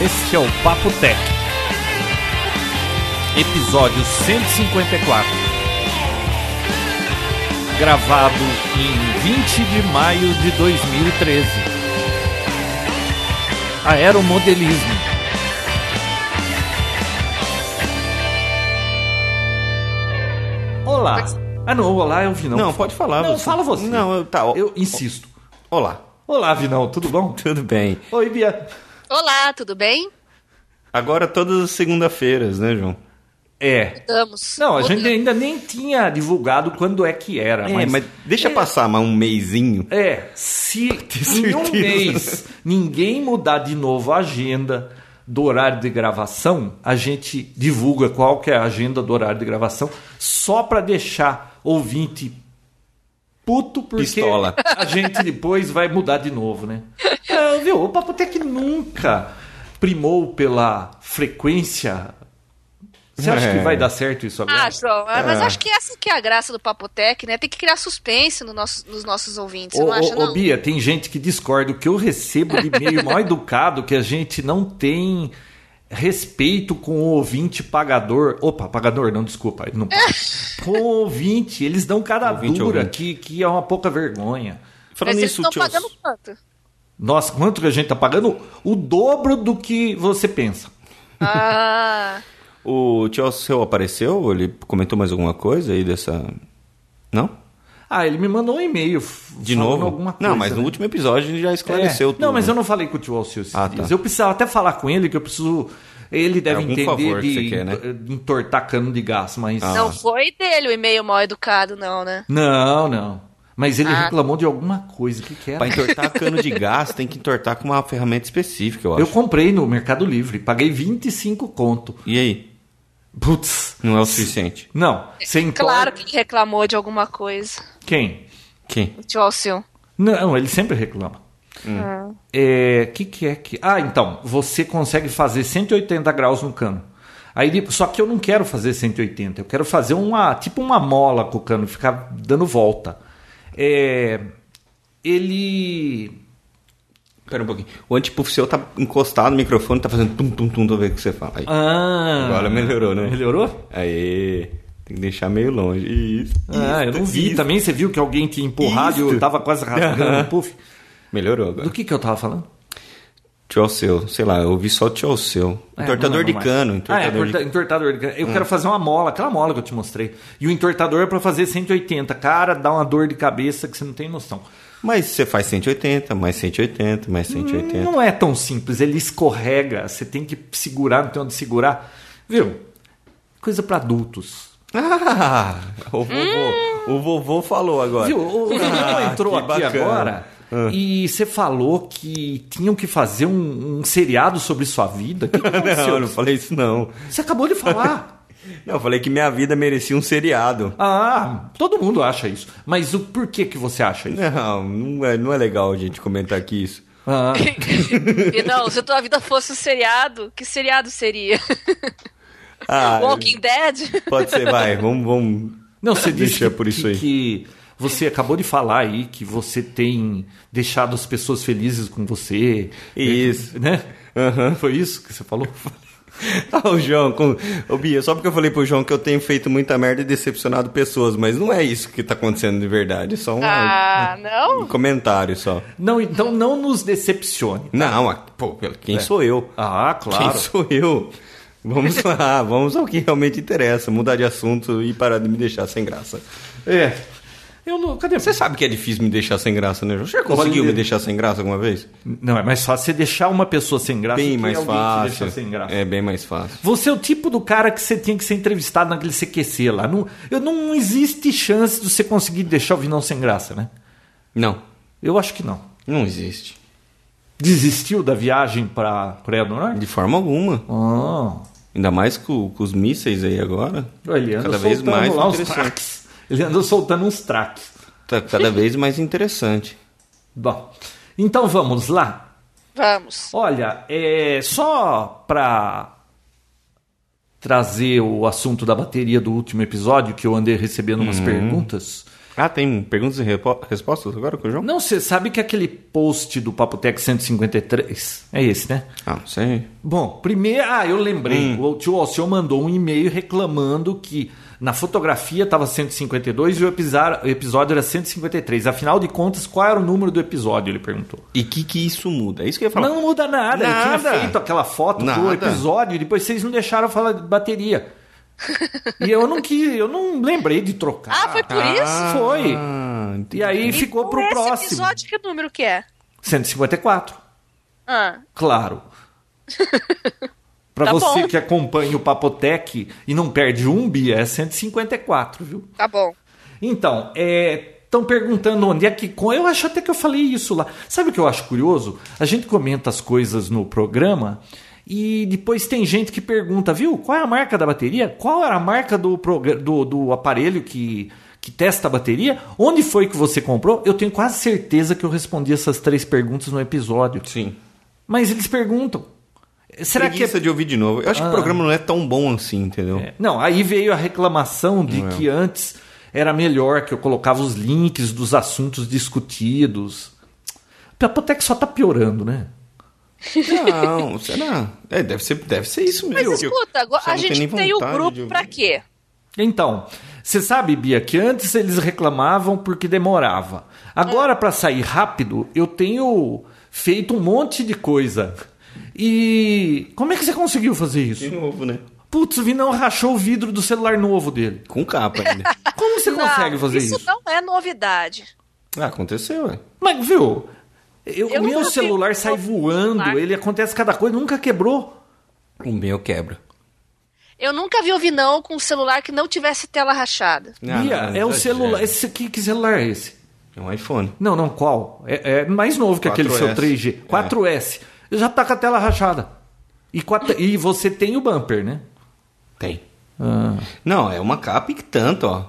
Este é o Papo Tech, episódio 154, gravado em 20 de maio de 2013. Aeromodelismo. Olá. Ah, não, olá é o Vinão. Não, pode falar. Não, você. fala você. Não, tá. Eu insisto. Olá. Olá, Vinão, tudo bom? Tudo bem. Oi, Bia. Olá, tudo bem? Agora todas as segunda-feiras, né, João? Estamos. Não, a gente ainda nem tinha divulgado quando é que era. Mas deixa passar mais um mêsinho. Se em um mês ninguém mudar de novo a agenda do horário de gravação, a gente divulga qual que é a agenda do horário de gravação, só para deixar ouvinte puto, porque pistola. A gente depois vai mudar de novo, né? Viu? O Papo Tech nunca primou pela frequência. Você acha que vai dar certo isso agora? João, mas acho que essa que é a graça do Papo Tech, né? Tem que criar suspense nos nossos ouvintes, você não acha, não? Bia, tem gente que discorda. O que eu recebo de e-mail mal educado, que a gente não tem respeito com o ouvinte pagador. Opa, pagador, não, desculpa. Não, com o ouvinte, eles dão cara dura, que é uma pouca vergonha. Mas eles estão pagando quanto? Nossa, quanto que a gente tá pagando? O dobro do que você pensa. O tio seu apareceu? Ele comentou mais alguma coisa aí dessa... Não? Ele me mandou um e-mail. De novo? Alguma coisa, não, mas no último episódio ele já esclareceu tudo. Não, mas eu não falei com o tio Alceu esses dias. Tá. Eu precisava até falar com ele, que eu preciso... Ele deve entender favor de que você quer, né? entortar cano de gás, mas... Não foi dele o e-mail mal educado, não, né? Não. Mas ele reclamou de alguma coisa. O que era? Pra entortar cano de gás, tem que entortar com uma ferramenta específica, eu acho. Eu comprei no Mercado Livre. Paguei 25 conto. E aí? Putz. Não é o suficiente? Não. Claro que ele reclamou de alguma coisa. Quem? O tio Alceu. Não, ele sempre reclama. Que é que... então, você consegue fazer 180 graus no cano. Só que eu não quero fazer 180, eu quero fazer tipo uma mola com o cano, ficar dando volta. Ele... Espera um pouquinho. O antipuff seu tá encostado no microfone, tá fazendo tum-tum-tum, tô vendo o que você fala. Aí. Agora melhorou, né? Melhorou? Aí... Tem que deixar meio longe. Isso. Eu não vi. Também você viu que alguém tinha empurrado e eu tava quase rasgando o puff? Melhorou agora. Do que eu tava falando? Tio Alceu. Sei lá, eu ouvi só o tio Alceu. Entortador de cano. Entortador de cano. Eu quero fazer uma mola, aquela mola que eu te mostrei. E o entortador é pra fazer 180. Cara, dá uma dor de cabeça que você não tem noção. Mas você faz 180, mais 180, mais 180. Não é tão simples. Ele escorrega. Você tem que segurar, não tem onde segurar. Viu? Coisa pra adultos. O vovô falou agora. Viu? O Vinão entrou aqui bacana. Agora e você falou que tinham que fazer um seriado sobre sua vida. Que não, eu não falei isso não. Você acabou de falar. Não, eu falei que minha vida merecia um seriado. Todo mundo acha isso. Mas o porquê que você acha isso? Não é legal a gente comentar aqui isso. E não, se a tua vida fosse um seriado, que seriado seria? Walking Dead? Pode ser, vai. Vamos. Não, você disse por isso aí. Que você acabou de falar aí que você tem deixado as pessoas felizes com você. Isso. Né? Foi isso que você falou? O João, Bia, só porque eu falei pro João que eu tenho feito muita merda e decepcionado pessoas, mas não é isso que tá acontecendo de verdade, é só não? Um comentário só. Não, então não nos decepcione. Tá? Não, quem sou eu? Claro. Quem sou eu? Vamos lá, vamos ao que realmente interessa, mudar de assunto e parar de me deixar sem graça. Eu não. Cadê? Você sabe que é difícil me deixar sem graça, né? Você já conseguiu me deixar sem graça alguma vez? Não, é mais fácil você deixar uma pessoa sem graça bem do que mais alguém fácil. te deixar sem graça. É bem mais fácil. Você é o tipo do cara que você tinha que ser entrevistado naquele CQC lá. Não existe chance de você conseguir deixar o Vinão sem graça, né? Não. Eu acho que não. Não existe. Desistiu da viagem para Coreia do Norte? De forma alguma. Ainda mais com os mísseis aí agora. Ele anda cada vez mais lá interessante. Ele anda soltando uns traques. Tá cada vez mais interessante. Bom, então vamos lá? Vamos. Olha, só para trazer o assunto da bateria do último episódio, que eu andei recebendo umas perguntas. Ah, tem perguntas e respostas agora com o João? Não, você sabe que aquele post do Papotec 153 é esse, né? Ah, não sei. Bom, primeiro... eu lembrei. O tio Alceu mandou um e-mail reclamando que na fotografia estava 152 e o episódio era 153. Afinal de contas, qual era o número do episódio? Ele perguntou. E o que isso muda? É isso que eu ia falar. Não muda nada. Ele tinha feito aquela foto do episódio e depois vocês não deixaram falar de bateria. E eu não lembrei de trocar. Ah, foi por isso? Foi. Entendi. E aí ficou pro próximo. Esse episódio, que número que é? 154. Claro. Pra Tá você bom. que acompanha o Papotec e não perde um, Bia, é 154, viu? Tá bom. Então, estão perguntando onde é que... Eu acho até que eu falei isso lá. Sabe o que eu acho curioso? A gente comenta as coisas no programa e depois tem gente que pergunta, viu, qual é a marca da bateria? Qual era a marca do aparelho que testa a bateria? Onde foi que você comprou? Eu tenho quase certeza que eu respondi essas 3 perguntas no episódio. Sim. Mas eles perguntam. Será Preguiça de ouvir de novo. Eu acho que o programa não é tão bom assim, entendeu? Não, aí veio a reclamação de que antes era melhor, que eu colocava os links dos assuntos discutidos. O Papotec só tá piorando, né? Não, será? Deve ser isso mesmo. Mas escuta, agora a gente tem o grupo pra quê? Então, você sabe, Bia, que antes eles reclamavam porque demorava. Agora, para sair rápido, eu tenho feito um monte de coisa. E como é que você conseguiu fazer isso? De novo, né? Putz, o Vinão rachou o vidro do celular novo dele. Com capa ainda. Como você consegue fazer isso? Isso não é novidade. Aconteceu, ué. Mas, viu... O meu celular sai voando, ele acontece cada coisa, nunca quebrou. O meu quebra. Eu nunca vi o Vinão com um celular que não tivesse tela rachada. Bia, é o celular. Que celular é esse? É um iPhone. Não, qual? É mais novo que aquele seu 3G. 4S. Já tá com a tela rachada. E você tem o bumper, né? Tem. Não, é uma capa e tanto, ó.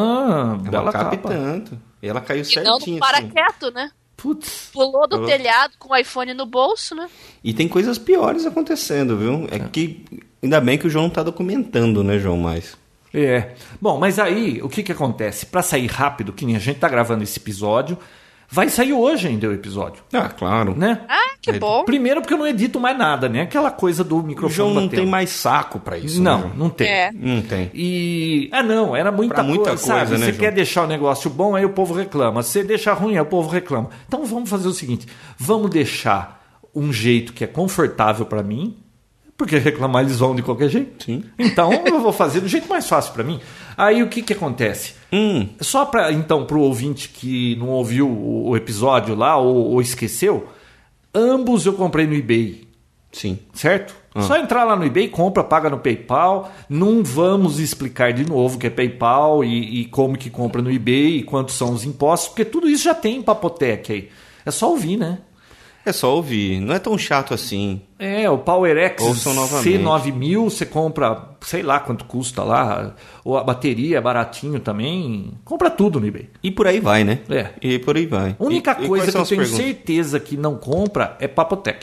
É uma capa e tanto. E ela caiu certinho. Não para assim. quieto, né? Putz. Pulou do telhado com o iPhone no bolso, né? E tem coisas piores acontecendo, viu? É que ainda bem que o João não tá documentando, né, João, mais. Bom, mas aí, o que acontece? Pra sair rápido, que nem a gente tá gravando esse episódio, vai sair hoje ainda o episódio. Claro. Né? Que bom. Primeiro porque eu não edito mais nada, né? Aquela coisa do microfone O João não batendo. tem mais saco pra isso, Não, né, não tem. Não tem. E... não, era muita coisa, sabe? Né, você João? quer deixar o negócio bom, aí o povo reclama. Você deixa ruim, aí o povo reclama. Então vamos fazer o seguinte, vamos deixar um jeito que é confortável pra mim, porque reclamar eles vão de qualquer jeito. Sim. Então eu vou fazer do jeito mais fácil pra mim. Aí o que acontece? Só para então pro ouvinte que não ouviu o episódio lá ou esqueceu, ambos eu comprei no eBay. Sim. Certo? Só entrar lá no eBay, compra, paga no PayPal. Não vamos explicar de novo o que é PayPal e como que compra no eBay e quantos são os impostos, porque tudo isso já tem em Papotec aí. É só ouvir, né? É só ouvir, não é tão chato assim. O PowerX C9000, você compra, sei lá quanto custa lá, ou a bateria é baratinho também, compra tudo no eBay. E por aí vai, né? E por aí vai. A única coisa que eu tenho perguntas? Certeza que não compra é Papotec.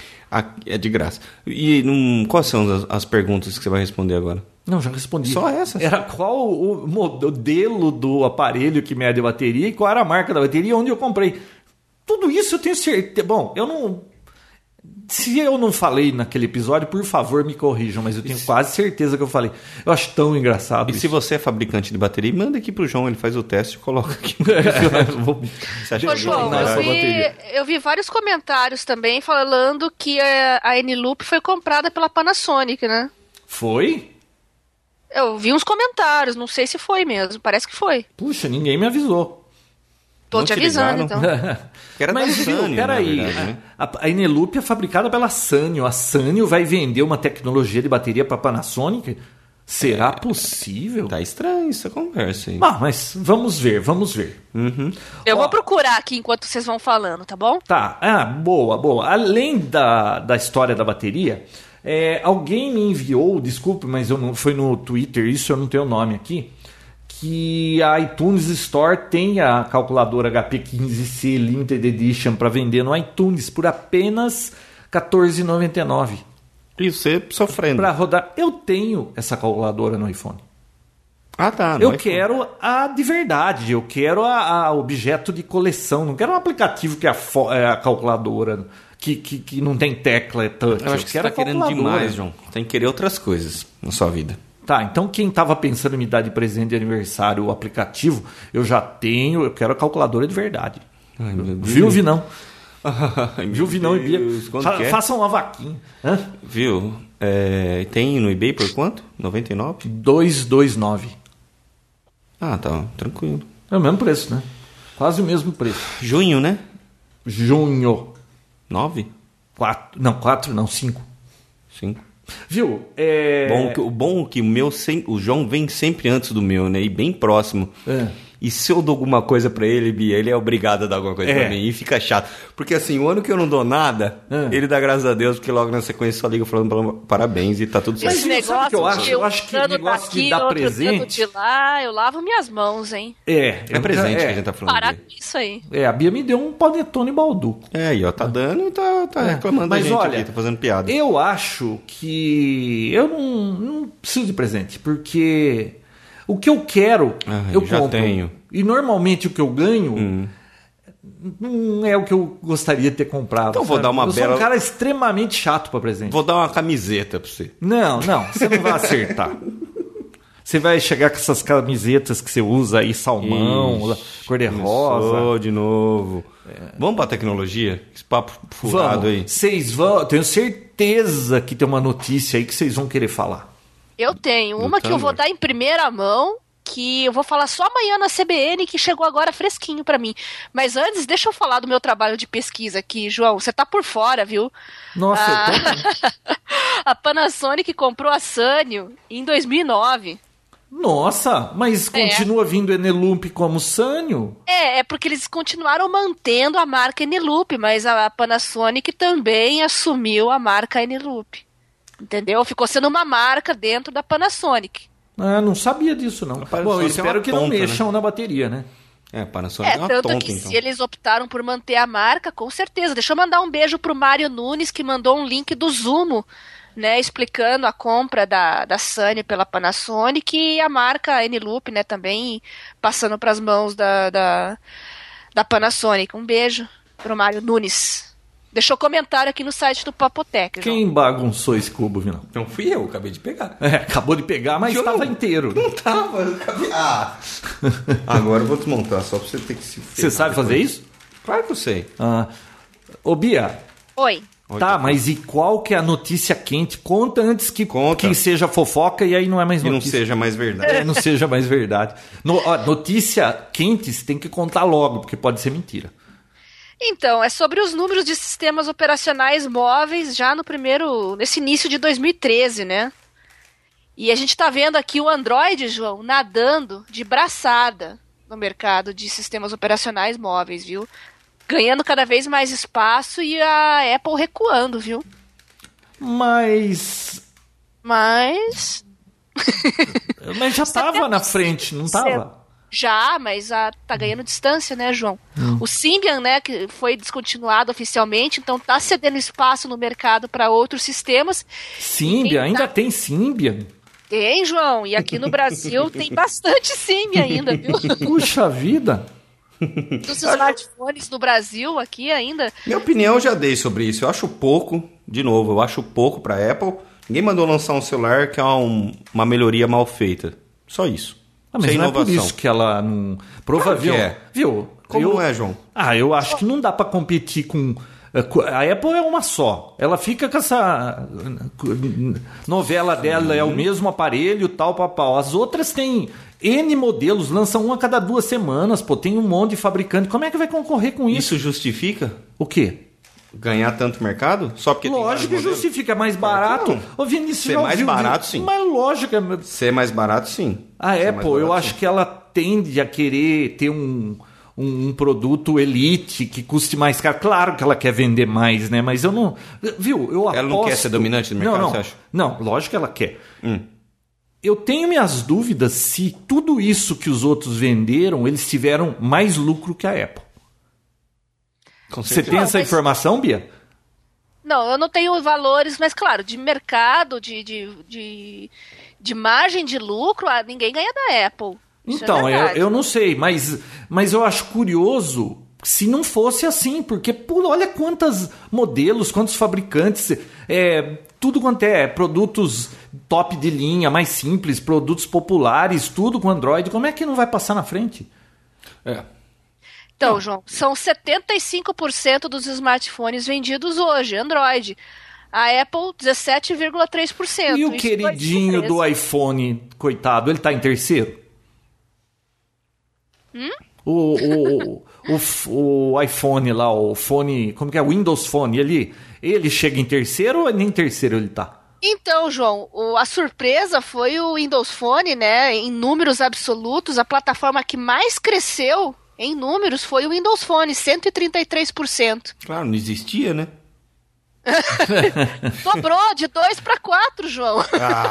É de graça. E quais são as perguntas que você vai responder agora? Não, já respondi. Só essas? Era qual o modelo do aparelho que mede a bateria e qual era a marca da bateria e onde eu comprei. Tudo isso eu tenho certeza. Bom, eu não... Se eu não falei naquele episódio, por favor, me corrijam, mas eu tenho quase certeza que eu falei. Eu acho tão engraçado isso. Se você é fabricante de bateria, manda aqui pro João, ele faz o teste e coloca aqui. Você acha que João, eu vi vários comentários também falando que a N-Loop foi comprada pela Panasonic, né? Foi? Eu vi uns comentários, não sei se foi mesmo, parece que foi. Puxa, ninguém me avisou. Tô te avisando, então. Mas, Sanyo, peraí, né? A Eneloop é fabricada pela Sanyo. A Sanyo vai vender uma tecnologia de bateria para a Panasonic? Será possível? Tá estranho essa conversa aí. Mas vamos ver. Eu vou procurar aqui enquanto vocês vão falando, tá bom? Tá, boa. Além da história da bateria, alguém me enviou, desculpe, mas foi no Twitter, isso eu não tenho o nome aqui, que a iTunes Store tem a calculadora HP15C Limited Edition para vender no iTunes por apenas R$14,99. E você sofrendo. Para rodar. Eu tenho essa calculadora no iPhone. Ah, tá. Eu quero a de verdade, eu quero a objeto de coleção, não quero um aplicativo que é a calculadora, que não tem tecla, é touch. Eu acho que você tá querendo demais, João. Tem que querer outras coisas na sua vida. Tá, então quem estava pensando em me dar de presente de aniversário o aplicativo, eu já tenho, eu quero a calculadora de verdade. Ai, meu Deus. Viu, Vinão? Ai, Viu, Vinão e Bia? Façam uma vaquinha. Viu? Tem no eBay por quanto? 99? 229. Ah, tá. Tranquilo. É o mesmo preço, né? Quase o mesmo preço. Junho, né? Junho. 9? 4. Não, 4 não, 5. 5. Viu? Bom que o João vem sempre antes do meu, né? E bem próximo. E se eu dou alguma coisa pra ele, Bia, ele é obrigado a dar alguma coisa pra mim. E fica chato. Porque assim, o ano que eu não dou nada, ele dá graças a Deus, porque logo na sequência só liga falando parabéns e tá tudo certo. Esse negócio que eu acho que o negócio de dar presente... de lá, eu lavo minhas mãos, hein? É presente que a gente tá falando. Parar com isso aí. A Bia me deu um panetone balduco. E ó, tá dando e tá reclamando da gente aqui, tá fazendo piada. Eu acho que eu não preciso de presente, porque... O que eu quero, eu já compro. Tenho. E normalmente o que eu ganho não é o que eu gostaria de ter comprado. Então vou dar uma eu sou um cara extremamente chato para presente. Vou dar uma camiseta para você. Não, você não vai acertar. Você vai chegar com essas camisetas que você usa aí, salmão, cor-de-rosa. De novo. Vamos para tecnologia? Esse papo furado aí. Vocês vão... Tenho certeza que tem uma notícia aí que vocês vão querer falar. Eu tenho uma que eu vou dar em primeira mão, que eu vou falar só amanhã na CBN, que chegou agora fresquinho pra mim. Mas antes, deixa eu falar do meu trabalho de pesquisa aqui, João. Você tá por fora, viu? Nossa, eu tô... A Panasonic comprou a Sanyo em 2009. Nossa, mas continua vindo Eneloop como Sanyo? É porque eles continuaram mantendo a marca Eneloop, mas a Panasonic também assumiu a marca Eneloop. Entendeu? Ficou sendo uma marca dentro da Panasonic. Não sabia disso, não. Bom, eu espero que não mexam na bateria, né? Panasonic é uma tanto tonta, que então. Se eles optaram por manter a marca, com certeza. Deixa eu mandar um beijo pro Mário Nunes, que mandou um link do Zumo, né, explicando a compra da Sanyo pela Panasonic e a marca Eneloop, né, também passando para as mãos da Panasonic. Um beijo pro Mário Nunes. Deixou comentário aqui no site do Papotec. Quem bagunçou esse cubo, Vinão? Não fui eu, acabei de pegar. Acabou de pegar, mas estava inteiro. Não estava, eu acabei... Agora eu vou desmontar, só pra você ter que se... Você sabe fazer isso? Claro que eu sei. Ô, Bia. Oi. Tá, mas e qual que é a notícia quente? Conta antes que seja fofoca e aí não é mais notícia. E não seja mais verdade. Não seja mais verdade. Notícia quente você tem que contar logo, porque pode ser mentira. Então, é sobre os números de sistemas operacionais móveis já nesse início de 2013, né? E a gente tá vendo aqui o Android, João, nadando de braçada no mercado de sistemas operacionais móveis, viu? Ganhando cada vez mais espaço e a Apple recuando, viu? Mas já tava na frente, não tava? Já, mas tá ganhando distância, né, João? O Symbian, né, que foi descontinuado oficialmente, então tá cedendo espaço no mercado para outros sistemas. Symbian? Ainda tem Symbian? Tem, João. E aqui no Brasil tem bastante Symbian ainda, viu? Puxa vida! Dos smartphones no Brasil aqui ainda. Minha opinião eu já dei sobre isso. Eu acho pouco, de novo, eu acho pouco para Apple. Ninguém mandou lançar um celular que é uma melhoria mal feita. Só isso. Mas não é por isso que ela não... Provavelmente. Viu? Como não é, João? Eu acho que não dá para competir com... A Apple é uma só. Ela fica com essa novela dela, é o mesmo aparelho, tal, papau. As outras têm N modelos, lançam um a cada 2 semanas, tem um monte de fabricante. Como é que vai concorrer com isso? Isso justifica? O quê? Ganhar tanto mercado? Só porque lógico que justifica, é mais barato. Ô, Vinícius, ser mais barato, sim. Mas lógico. Ser mais barato, sim. A Apple, eu acho que ela tende a querer ter um produto elite que custe mais caro. Claro que ela quer vender mais, né? Mas eu não... Viu? Eu aposto... Ela não quer ser dominante no mercado, você acha? Não, lógico que ela quer. Eu tenho minhas dúvidas se tudo isso que os outros venderam, eles tiveram mais lucro que a Apple. Você tem essa informação, Bia? Não, eu não tenho valores, mas claro, de mercado, de margem de lucro, ninguém ganha da Apple. Então, eu não sei, mas eu acho curioso se não fosse assim, porque olha quantos modelos, quantos fabricantes, tudo quanto é produtos top de linha, mais simples, produtos populares, tudo com Android, como é que não vai passar na frente? Então, João, são 75% dos smartphones vendidos hoje, Android. A Apple, 17,3%. E o queridinho do iPhone, coitado, ele tá em terceiro? O iPhone lá, o fone, como que é? Windows Phone, ele chega em terceiro ou nem em terceiro ele tá? Então, João, a surpresa foi o Windows Phone, né? Em números absolutos, a plataforma que mais cresceu em números foi o Windows Phone, 133%. Claro, não existia, né? Dobrou de 2 para 4, João.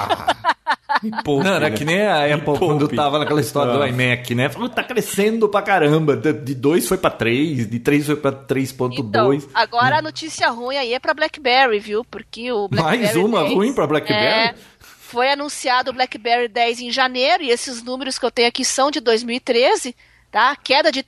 Me poupe, não, era que nem a Apple quando tava naquela história do iMac, né? Falou, tá crescendo pra caramba. De 2 foi pra 3, de 3 foi pra 3.2. Então, agora a notícia ruim aí é pra BlackBerry, viu? Porque o BlackBerry mais uma 10, ruim pra BlackBerry? Foi anunciado o BlackBerry 10 em janeiro, e esses números que eu tenho aqui são de 2013, tá? Queda de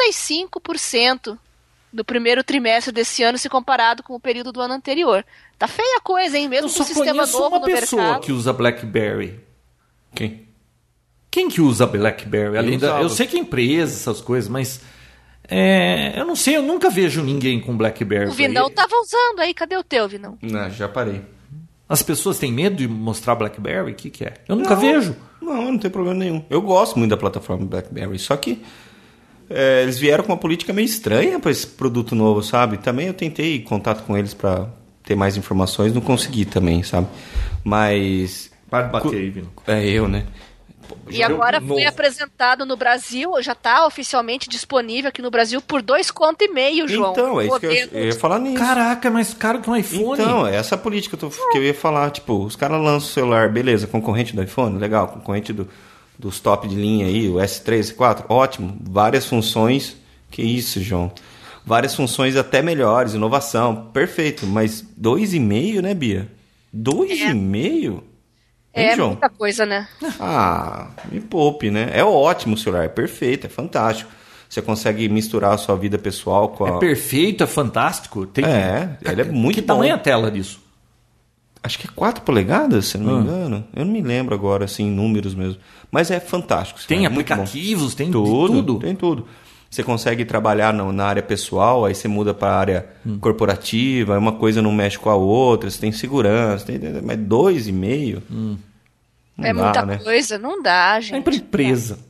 35%. No primeiro trimestre desse ano, se comparado com o período do ano anterior. Tá feia a coisa, hein? Mesmo com o sistema novo no mercado. Eu só conheço uma pessoa que usa BlackBerry. Quem? Quem que usa BlackBerry? Eu sei que é empresa, essas coisas, mas... eu não sei, eu nunca vejo ninguém com BlackBerry. O Vinão tava usando aí, cadê o teu, Vinão? Não, já parei. As pessoas têm medo de mostrar BlackBerry? O que é? Eu nunca vejo. Não tem problema nenhum. Eu gosto muito da plataforma BlackBerry, só que... eles vieram com uma política meio estranha para esse produto novo, sabe? Também eu tentei contato com eles para ter mais informações, não consegui também, sabe? Mas... Para de bater aí, Vino. Eu, né? E agora foi apresentado no Brasil, já está oficialmente disponível aqui no Brasil por 2,5 conto, João. Então, é isso que eu ia falar nisso. Caraca, é mais caro que um iPhone. Então, é essa política que eu ia falar. Tipo, os caras lançam o celular, beleza, concorrente do iPhone, legal, concorrente dos top de linha aí, o S3, S4, ótimo. Várias funções, que isso, João? Várias funções até melhores, inovação, perfeito. Mas 2,5, né, Bia? 2,5? É João? Muita coisa, né? Me poupe, né? É ótimo o celular, é perfeito, é fantástico. Você consegue misturar a sua vida pessoal com a... É perfeito, é fantástico. Ele é muito que bom. tamanho é a tela disso? Acho que é 4 polegadas, se não me engano. Eu não me lembro agora, assim, em números mesmo. Mas é fantástico. Tem aplicativos, tem tudo. Tem tudo. Você consegue trabalhar na área pessoal, aí você muda para a área corporativa, uma coisa não mexe com a outra, você tem segurança, mas 2,5? É muita coisa, não dá, gente. É para empresa.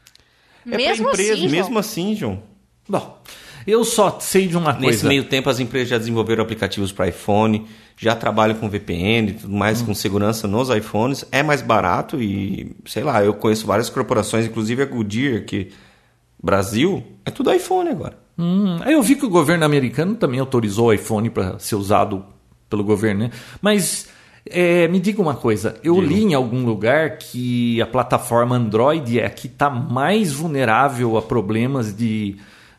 Mesmo assim, João. Bom, eu só sei de uma coisa. Nesse meio tempo, as empresas já desenvolveram aplicativos para iPhone, já trabalham com VPN e tudo mais, com segurança nos iPhones. É mais barato e, sei lá, eu conheço várias corporações, inclusive a Goodyear, que Brasil, é tudo iPhone agora. Aí eu vi que o governo americano também autorizou o iPhone para ser usado pelo governo, né? Mas me diga uma coisa, eu li em algum lugar que a plataforma Android é a que está mais vulnerável a problemas de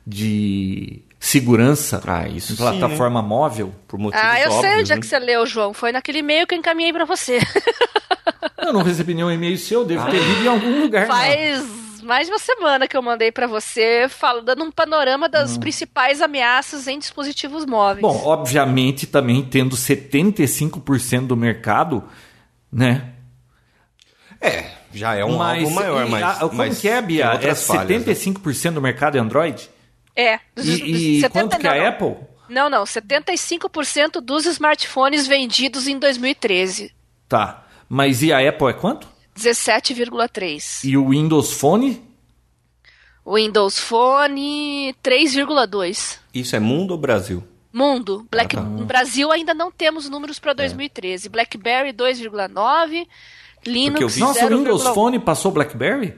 segurança isso em plataforma sim, né? Móvel. Por motivos eu óbvios, sei onde é né? que você leu, João. Foi naquele e-mail que eu encaminhei para você. Eu não recebi nenhum e-mail seu, devo ter lido em algum lugar. Faz mais de uma semana que eu mandei para você, dando um panorama das principais ameaças em dispositivos móveis. Bom, obviamente também tendo 75% do mercado, né? Já é um alvo maior, mas que é, Bia? É 75% do mercado é Android? E quanto que é a Apple? Não, 75% dos smartphones vendidos em 2013. Tá, mas e a Apple é quanto? 17,3. E o Windows Phone? O Windows Phone, 3,2. Isso é mundo ou Brasil? Mundo. No Brasil ainda não temos números para 2013. BlackBerry, 2,9. Linux, 0,1. Nossa, o Windows Phone passou BlackBerry?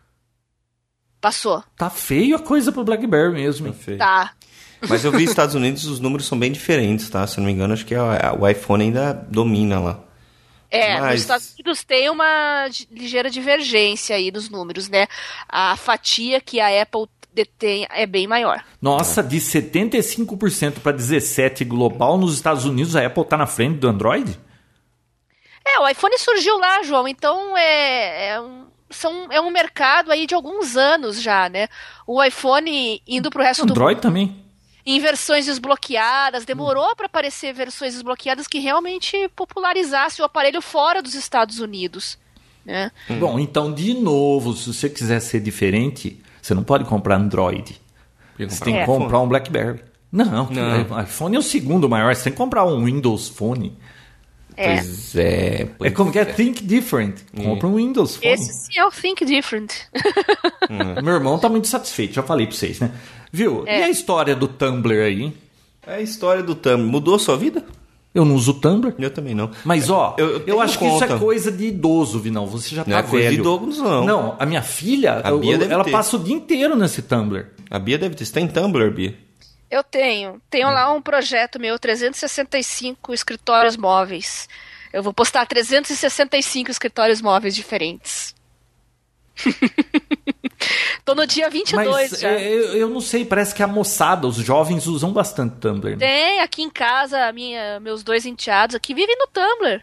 Passou. Tá feio a coisa pro BlackBerry mesmo, hein? Tá. Mas eu vi nos Estados Unidos os números são bem diferentes, tá? Se eu não me engano, acho que o iPhone ainda domina lá. Nos Estados Unidos tem uma ligeira divergência aí dos números, né? A fatia que a Apple detém é bem maior. Nossa, de 75% para 17% global nos Estados Unidos, a Apple está na frente do Android? O iPhone surgiu lá, João, então é um mercado aí de alguns anos já, né? O iPhone indo pro resto Android do mundo. também. Em versões desbloqueadas, demorou para aparecer versões desbloqueadas que realmente popularizassem o aparelho fora dos Estados Unidos, né? Bom, então, de novo, se você quiser ser diferente, você não pode comprar Android. Você tem que comprar um BlackBerry. Não, o iPhone é o segundo maior, você tem que comprar um Windows Phone. Pois é. É como que é Think Different. Compra um Windows Phone. Esse sim é o Think Different. Meu irmão tá muito satisfeito, já falei pra vocês, né? Viu? E a história do Tumblr aí, hein? É a história do Tumblr. Mudou a sua vida? Eu não uso Tumblr. Eu também não. Mas, ó, eu acho que isso conta. é coisa de idoso, Vinão. Você já tá Não é velho. coisa de idoso, não. Não, a minha filha, A Bia deve ela ter. passa o dia inteiro nesse Tumblr. A Bia deve ter. Você tem Tumblr, Bia? Eu tenho lá um projeto meu, 365 escritórios móveis. Eu vou postar 365 escritórios móveis diferentes. Tô no dia 22 Mas já. eu não sei, parece que a moçada, os jovens usam bastante Tumblr. Né? Tem, aqui em casa, meus 2 enteados aqui vivem no Tumblr.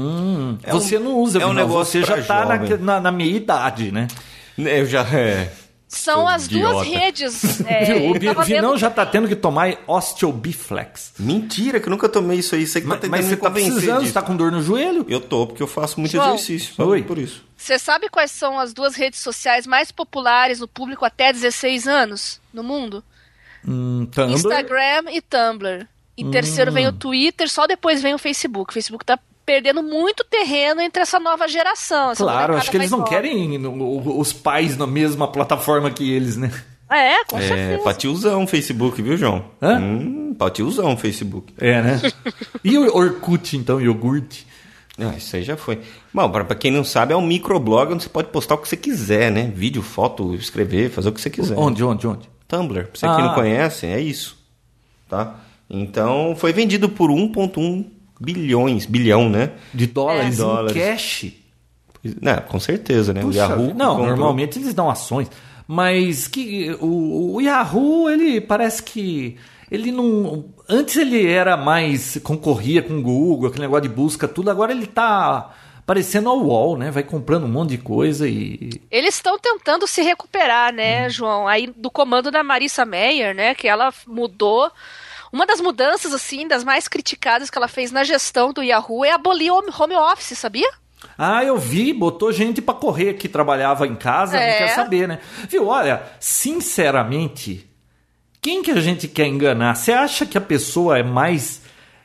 Você não usa, é um Vinão, negócio você já pra tá jovem. na meia idade, né? Eu já... São as duas redes. O Vinão já tá tendo que tomar Osteobiflex. Mentira, que eu nunca tomei isso aí. Você que tá tentando Mas você tá precisando, disso. você tá com dor no joelho? Eu tô, porque eu faço muito João. exercício. Só por isso. Você sabe quais são as 2 redes sociais mais populares no público até 16 anos no mundo? Tumblr? Instagram e Tumblr. Em terceiro vem o Twitter, só depois vem o Facebook. O Facebook tá perdendo muito terreno entre essa nova geração. Claro, acho que eles não querem os pais na mesma plataforma que eles, né? Com certeza. Pra tiozão o Facebook, viu, João? Pra tiozão o Facebook. É, né? E o Orkut, então, iogurte? Isso aí já foi. Bom, pra quem não sabe, é um microblog onde você pode postar o que você quiser, né? Vídeo, foto, escrever, fazer o que você quiser. Onde? Tumblr. Pra você que não conhece, é isso. Tá? Então, foi vendido por 1,1 bilhão, né? De dólares. Em cash. Não, com certeza, né? Puxa, o Yahoo não, comprou. normalmente eles dão ações. Mas que o Yahoo, ele parece que... Ele não... Antes ele era mais... Concorria com o Google, aquele negócio de busca, tudo. Agora ele tá parecendo ao UOL, né? Vai comprando um monte de coisa e... Eles estão tentando se recuperar, né, João? Aí do comando da Marissa Mayer, né? Que ela mudou... Uma das mudanças, assim, das mais criticadas que ela fez na gestão do Yahoo é abolir o home office, sabia? Eu vi, botou gente pra correr que trabalhava em casa, não quer saber, né? Viu, olha, sinceramente, quem que a gente quer enganar? Você acha que a pessoa é mais,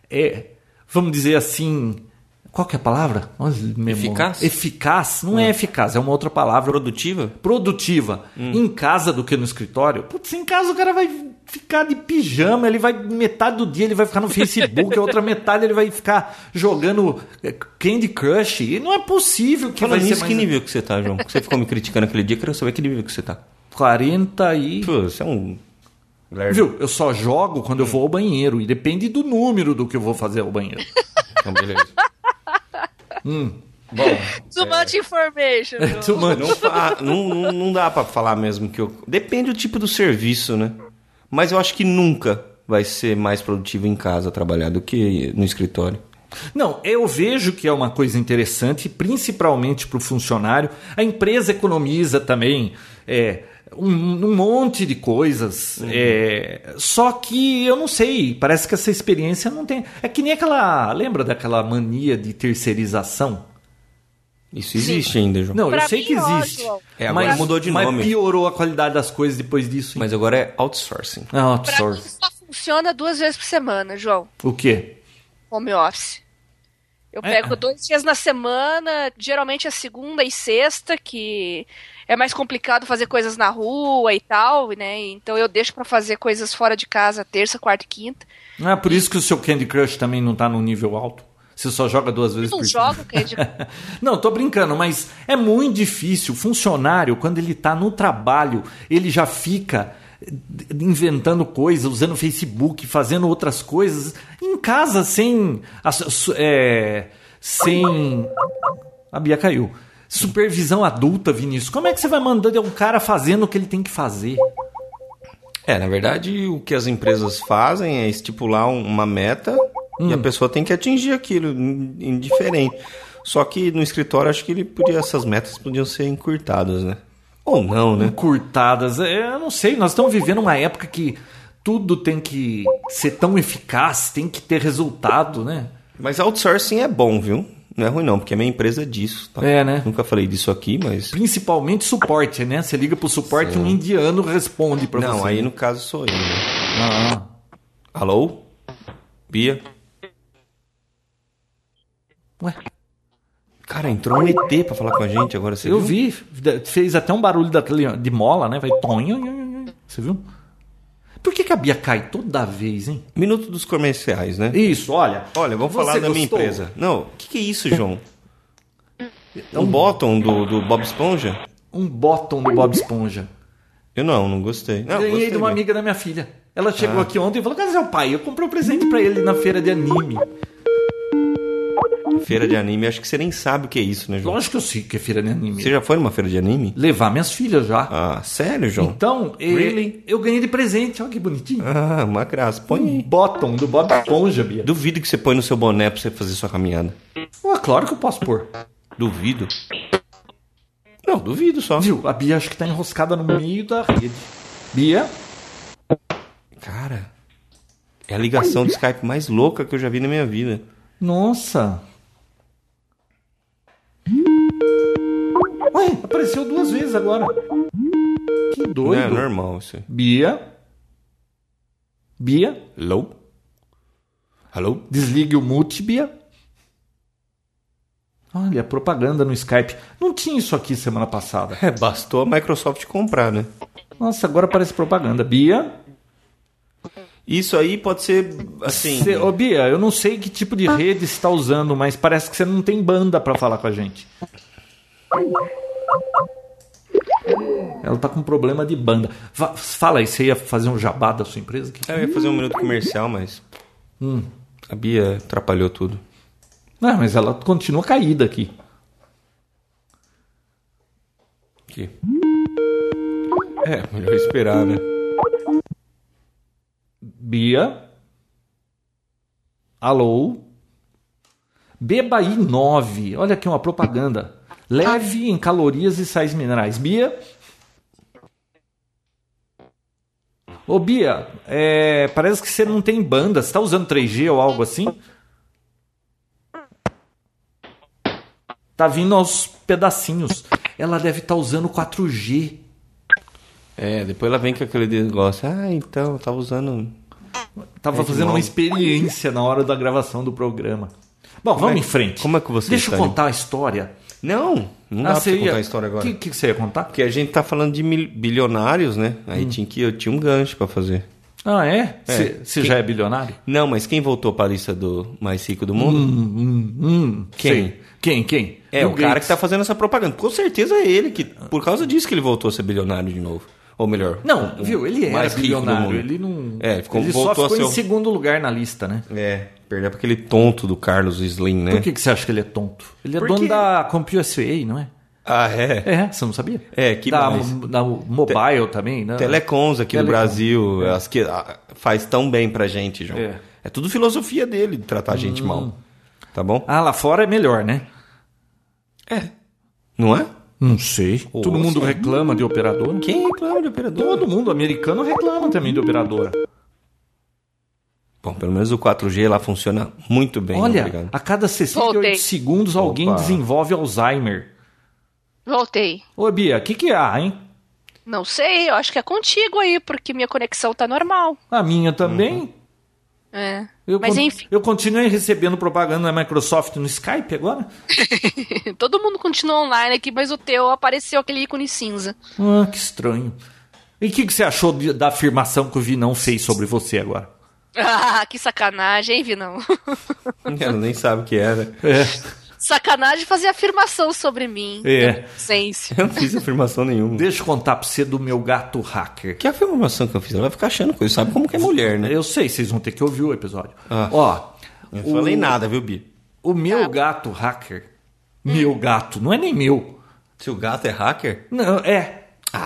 vamos dizer assim, qual que é a palavra? Eficaz? Eficaz, não é eficaz, é uma outra palavra. Produtiva, em casa do que no escritório? Putz, em casa o cara vai ficar de pijama, metade do dia ele vai ficar no Facebook, a outra metade ele vai ficar jogando Candy Crush, e não é possível que vai ser mais... Que nível que você tá, João? Você ficou me criticando aquele dia, quero saber que nível que você tá. 40 e... Pô, você é um... Viu, eu só jogo quando eu vou ao banheiro, e depende do número do que eu vou fazer ao banheiro. Então, beleza. Bom, Too much information. Too much. Não dá pra falar mesmo que eu... Depende do tipo do serviço, né? Mas eu acho que nunca vai ser mais produtivo em casa trabalhar do que no escritório. Não, eu vejo que é uma coisa interessante, principalmente para o funcionário. A empresa economiza também um monte de coisas. Só que eu não sei, parece que essa experiência não tem... É que nem aquela... Lembra daquela mania de terceirização? Isso existe ainda, João. Não, Pra eu sei mim, que existe. Agora mudou de nome. Mas piorou a qualidade das coisas depois disso. Mas agora é outsourcing. Pra mim Outsourcing. só funciona 2 vezes por semana, João. O quê? Home office. Eu pego 2 dias na semana, geralmente é segunda e sexta, que é mais complicado fazer coisas na rua e tal, né? Então eu deixo pra fazer coisas fora de casa terça, quarta e quinta. Por isso que o seu Candy Crush também não tá no nível alto? Você só joga 2 vezes por semana? Não jogo Candy Crush. Não, tô brincando, mas é muito difícil. O funcionário, quando ele tá no trabalho, ele já fica inventando coisas, usando Facebook, fazendo outras coisas. Em casa, sem... A Bia caiu. Supervisão adulta, Vinícius. Como é que você vai mandar um cara fazendo o que ele tem que fazer? Na verdade, o que as empresas fazem é estipular uma meta e a pessoa tem que atingir aquilo, indiferente. Só que no escritório, acho que essas metas podiam ser encurtadas, né? Ou não, né? Encurtadas. Eu não sei, nós estamos vivendo uma época que tudo tem que ser tão eficaz, tem que ter resultado, né? Mas outsourcing é bom, viu? Não é ruim não, porque é minha empresa disso. Tá? Né? Nunca falei disso aqui, mas... Principalmente suporte, né? Você liga pro suporte e um indiano responde pra você. Não, aí no caso sou eu, né? Alô? Bia? Ué? Cara, entrou um ET pra falar com a gente agora, você viu? Eu vi. Fez até um barulho daquele de mola, né? Vai tonho. Você viu? Por que a Bia cai toda vez, hein? Minuto dos comerciais, né? Isso, olha. Olha, vamos falar da minha empresa. Não, o que é isso, João? Um bottom do Bob Esponja? Um bottom do Bob Esponja. Eu não gostei. Não, ganhei de uma amiga da minha filha. Ela chegou aqui ontem e falou: cadê seu pai? Eu comprei um presente pra ele na feira de anime. Feira de anime, acho que você nem sabe o que é isso, né, João? Lógico que eu sei que é feira de anime. Você já foi numa feira de anime? Levar minhas filhas já. Ah, sério, João? Então, eu ganhei de presente, olha que bonitinho. Ah, uma graça. Põe aí. Bottom do Bob Esponja, Bia. Duvido que você põe no seu boné pra você fazer sua caminhada. Claro que eu posso pôr. Duvido? Não, duvido só. Viu? A Bia acho que tá enroscada no meio da rede. Bia? Cara, é a ligação de Skype mais louca que eu já vi na minha vida. Nossa. Ué, apareceu 2 vezes agora. Que doido. Não é normal isso aí. Bia? Alô? Alô? Desligue o mute, Bia. Olha, propaganda no Skype. Não tinha isso aqui semana passada. Bastou a Microsoft comprar, né? Nossa, agora aparece propaganda. Bia? Isso aí pode ser assim... Ô, Bia, eu não sei que tipo de rede você está usando, mas parece que você não tem banda para falar com a gente. Ela tá com problema de banda. Fala aí, você ia fazer um jabá da sua empresa? Eu ia fazer um minuto comercial, mas... A Bia atrapalhou tudo. Não, mas ela continua caída aqui. Melhor esperar, né? Bia? Alô? Bebaí 9. Olha aqui uma propaganda. Leve em calorias e sais minerais. Bia? Ô, Bia, parece que você não tem banda. Você tá usando 3G ou algo assim? Tá vindo aos pedacinhos. Ela deve estar usando 4G. Depois ela vem com aquele negócio. Então, eu tava usando... Tava fazendo uma experiência na hora da gravação do programa. Bom, vamos em frente. Como é que você Deixa eu contar a história. Não dá pra você contar a história agora. O que você ia contar? Porque a gente tá falando de bilionários, né? Aí eu tinha um gancho pra fazer. Ah, é? Você já é bilionário? Não, mas quem voltou pra lista do mais rico do mundo? Quem? Sei. Quem? O cara que tá fazendo essa propaganda. Com certeza é ele, que por causa disso que ele voltou a ser bilionário de novo. Ou melhor... Não, viu? Ele era mais bilionário. Ele não... ele só ficou em segundo lugar na lista, né? Perdeu pra aquele tonto do Carlos Slim, né? Por que você acha que ele é tonto? Ele é dono da CompUSA, não é? Ah, é? Você não sabia? Que da Mobile também, né? Telecoms aqui no Brasil, as que faz tão bem pra gente, João. É tudo filosofia dele, de tratar a gente mal. Tá bom? Lá fora é melhor, né? Não é? Não sei. Todo mundo reclama de operadora. Quem reclama de operadora? Todo mundo. Americano reclama também de operadora. Bom, pelo menos o 4G lá funciona muito bem. Olha, obrigado. a cada 68 segundos alguém desenvolve Alzheimer. Voltei. Ô, Bia, o que é hein? Não sei, eu acho que é contigo aí, porque minha conexão tá normal. A minha também. Mas enfim. Eu continuei recebendo propaganda da Microsoft no Skype agora? Todo mundo continua online aqui, mas o teu apareceu aquele ícone cinza. Que estranho. E o que você achou da afirmação que o Vinão fez sobre você agora? Que sacanagem, hein, Vinão? Ela nem sabe o que era. Sacanagem fazer afirmação sobre mim. Inocência. Eu não fiz afirmação nenhuma. Deixa eu contar pra você do meu gato hacker. Que afirmação que eu fiz? Ela vai ficar achando coisa. Sabe como que é mulher, né? Eu sei, vocês vão ter que ouvir o episódio. Eu não falei nada, viu, Bia? O meu gato hacker... Meu gato, não é nem meu. Seu gato é hacker? Não,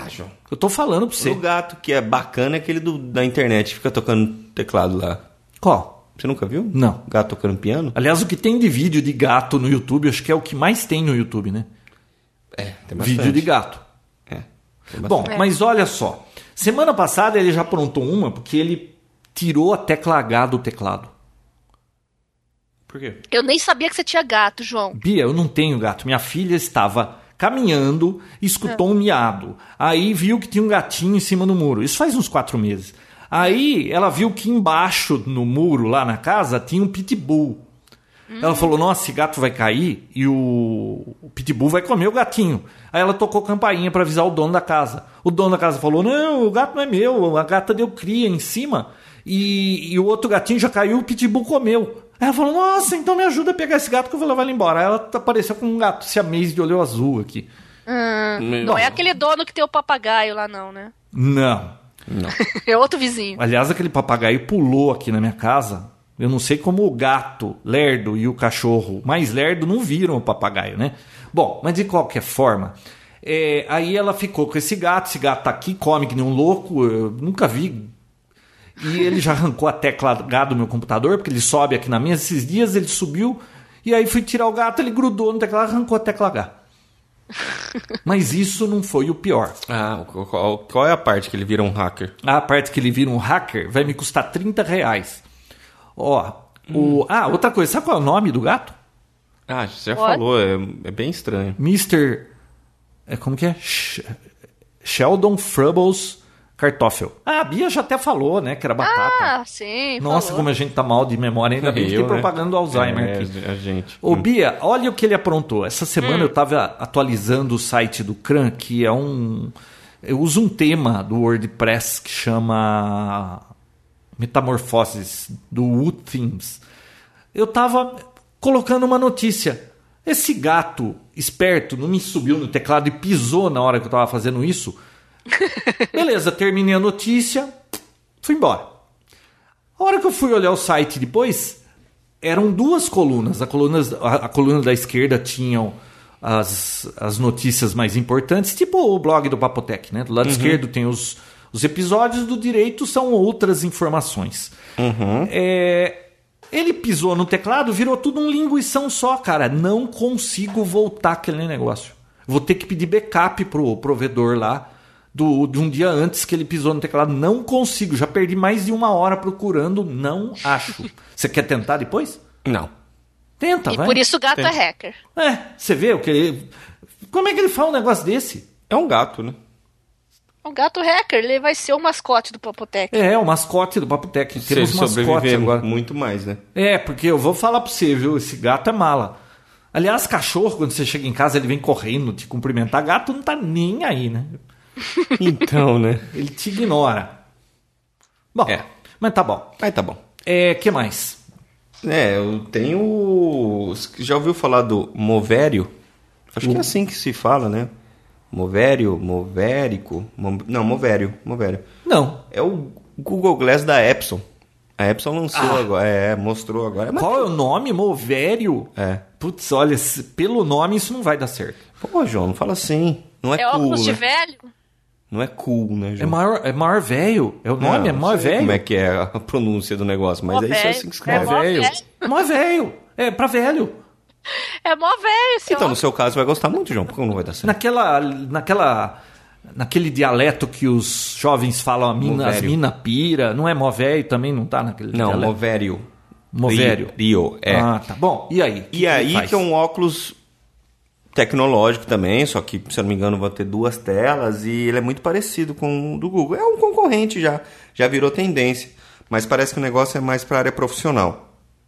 Ah, João. Eu tô falando pra você. O gato que é bacana é aquele da internet, fica tocando teclado lá. Qual? Você nunca viu? Não. Gato tocando piano? Aliás, o que tem de vídeo de gato no YouTube, acho que é o que mais tem no YouTube, né? Tem bastante. Vídeo de gato. Bom, mas olha só. Semana passada ele já aprontou uma porque ele tirou a tecla H do teclado. Por quê? Eu nem sabia que você tinha gato, João. Bia, eu não tenho gato. Minha filha estava caminhando, escutou um miado. Aí viu que tinha um gatinho em cima do muro. Isso faz uns 4 meses. Aí ela viu que embaixo no muro, lá na casa, tinha um pitbull. Ela falou, nossa, esse gato vai cair e o pitbull vai comer o gatinho. Aí ela tocou campainha para avisar o dono da casa. O dono da casa falou, não, o gato não é meu, a gata deu cria em cima e o outro gatinho já caiu, o pitbull comeu. Aí ela falou, nossa, então me ajuda a pegar esse gato que eu vou levar ele embora. Aí ela apareceu com um gato siamês de olho azul aqui. Não é aquele dono que tem o papagaio lá não, né? Não. É outro vizinho. Aliás, aquele papagaio pulou aqui na minha casa. Eu não sei como o gato lerdo e o cachorro mais lerdo não viram o papagaio, né? Bom, mas de qualquer forma, aí ela ficou com esse gato tá aqui, come que nem um louco, eu nunca vi. E ele já arrancou a tecla H do meu computador, porque ele sobe aqui na mesa. Esses dias ele subiu, e aí fui tirar o gato, ele grudou no teclado, arrancou a tecla H. Mas isso não foi o pior. Qual é a parte que ele vira um hacker? A parte que ele vira um hacker vai me custar R$30. Outra coisa, sabe qual é o nome do gato? Você já falou, é bem estranho. Mr. Como que é? Sheldon Frubbles Kartoffel. A Bia já até falou, né, que era batata. Sim, Nossa, falou. como a gente tá mal de memória, ainda bem que tem propaganda do Alzheimer aqui. A gente. Ô Bia, olha o que ele aprontou. Essa semana eu tava atualizando o site do CRAN, que é eu uso um tema do WordPress que chama Metamorfoses, do Wood Themes. Eu tava colocando uma notícia. Esse gato esperto não me subiu no teclado e pisou na hora que eu tava fazendo isso. Beleza, terminei a notícia, fui embora. A hora que eu fui olhar o site depois, eram 2 colunas. A coluna da esquerda tinham as notícias mais importantes, tipo o blog do Papotec, né? Do lado esquerdo tem os episódios, do direito são outras informações. Ele pisou no teclado, virou tudo um linguição só, cara. Não consigo voltar aquele negócio. Vou ter que pedir backup pro provedor lá de um dia antes que ele pisou no teclado. Não consigo. Já perdi mais de 1 hora procurando. Não acho. Você quer tentar depois? Não. Tenta, E vai. por isso o gato é hacker. Você vê o que... Como é que ele faz um negócio desse? É um gato, né? O gato hacker, ele vai ser o mascote do Papotec. O mascote do Papotec. Temos mascote agora. Muito mais, né? Porque eu vou falar pra você, viu? Esse gato é mala. Aliás, cachorro, quando você chega em casa, ele vem correndo te cumprimentar. Gato não tá nem aí, né? Então, né? Ele te ignora. Bom, mas tá bom. Que mais? Eu tenho... Já ouviu falar do Movério? Acho que é assim que se fala, né? Movério, Movérico... Não, Movério. Não. É o Google Glass da Epson. A Epson lançou agora. Mostrou agora. Qual é o nome? Movério? Putz, olha, pelo nome isso não vai dar certo. Pô, João, não fala assim. Não é cool, óculos de né? velho? Não é cool, né, João? É maior velho. É o nome? É maior velho? Como é que é a pronúncia do negócio, mas é isso assim que escreve. É maior velho. É pra velho. É mó velho, senhor. Então, no seu caso, vai gostar muito, João. Por que não vai dar certo? Naquele dialeto que os jovens falam, as mina pira. Não é mó velho também? Não tá naquele dialeto? Não, Movério. Rio, tá bom. E aí? Que é um óculos tecnológico também, só que, se eu não me engano, vai ter 2 telas e ele é muito parecido com o do Google. É um concorrente já virou tendência, mas parece que o negócio é mais para a área profissional.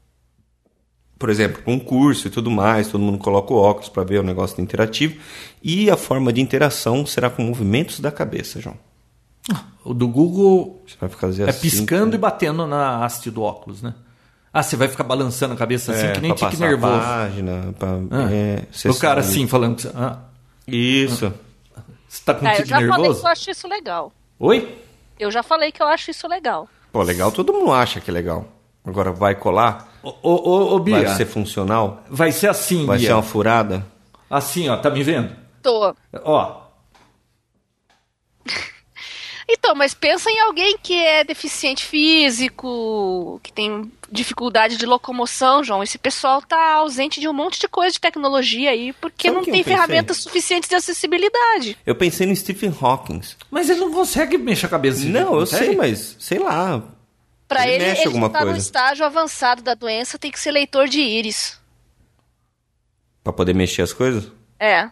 Por exemplo, com um curso e tudo mais, todo mundo coloca o óculos para ver o negócio interativo e a forma de interação será com movimentos da cabeça, João. O do Google você vai fazer assim, piscando e batendo na haste do óculos, né? Você vai ficar balançando a cabeça assim, que nem tique nervoso. Página, o cara assim, falando... Isso. Você tá com tique nervoso? Eu já falei que eu acho isso legal. Oi? Eu já falei que eu acho isso legal. Pô, legal, todo mundo acha que é legal. Agora vai colar? Ô, Bia. Vai ser funcional? Vai ser assim, Vai Bia. ser uma furada? Assim, ó, tá me vendo? Tô. Ó. Então, mas pensa em alguém que é deficiente físico, que tem dificuldade de locomoção, João. Esse pessoal tá ausente de um monte de coisa de tecnologia aí, porque não tem ferramentas suficientes de acessibilidade. Eu pensei no Stephen Hawking. Mas ele não consegue mexer a cabeça. Não, eu sei, mas sei lá. Pra ele tá no estágio avançado da doença, tem que ser leitor de íris. Pra poder mexer as coisas? É.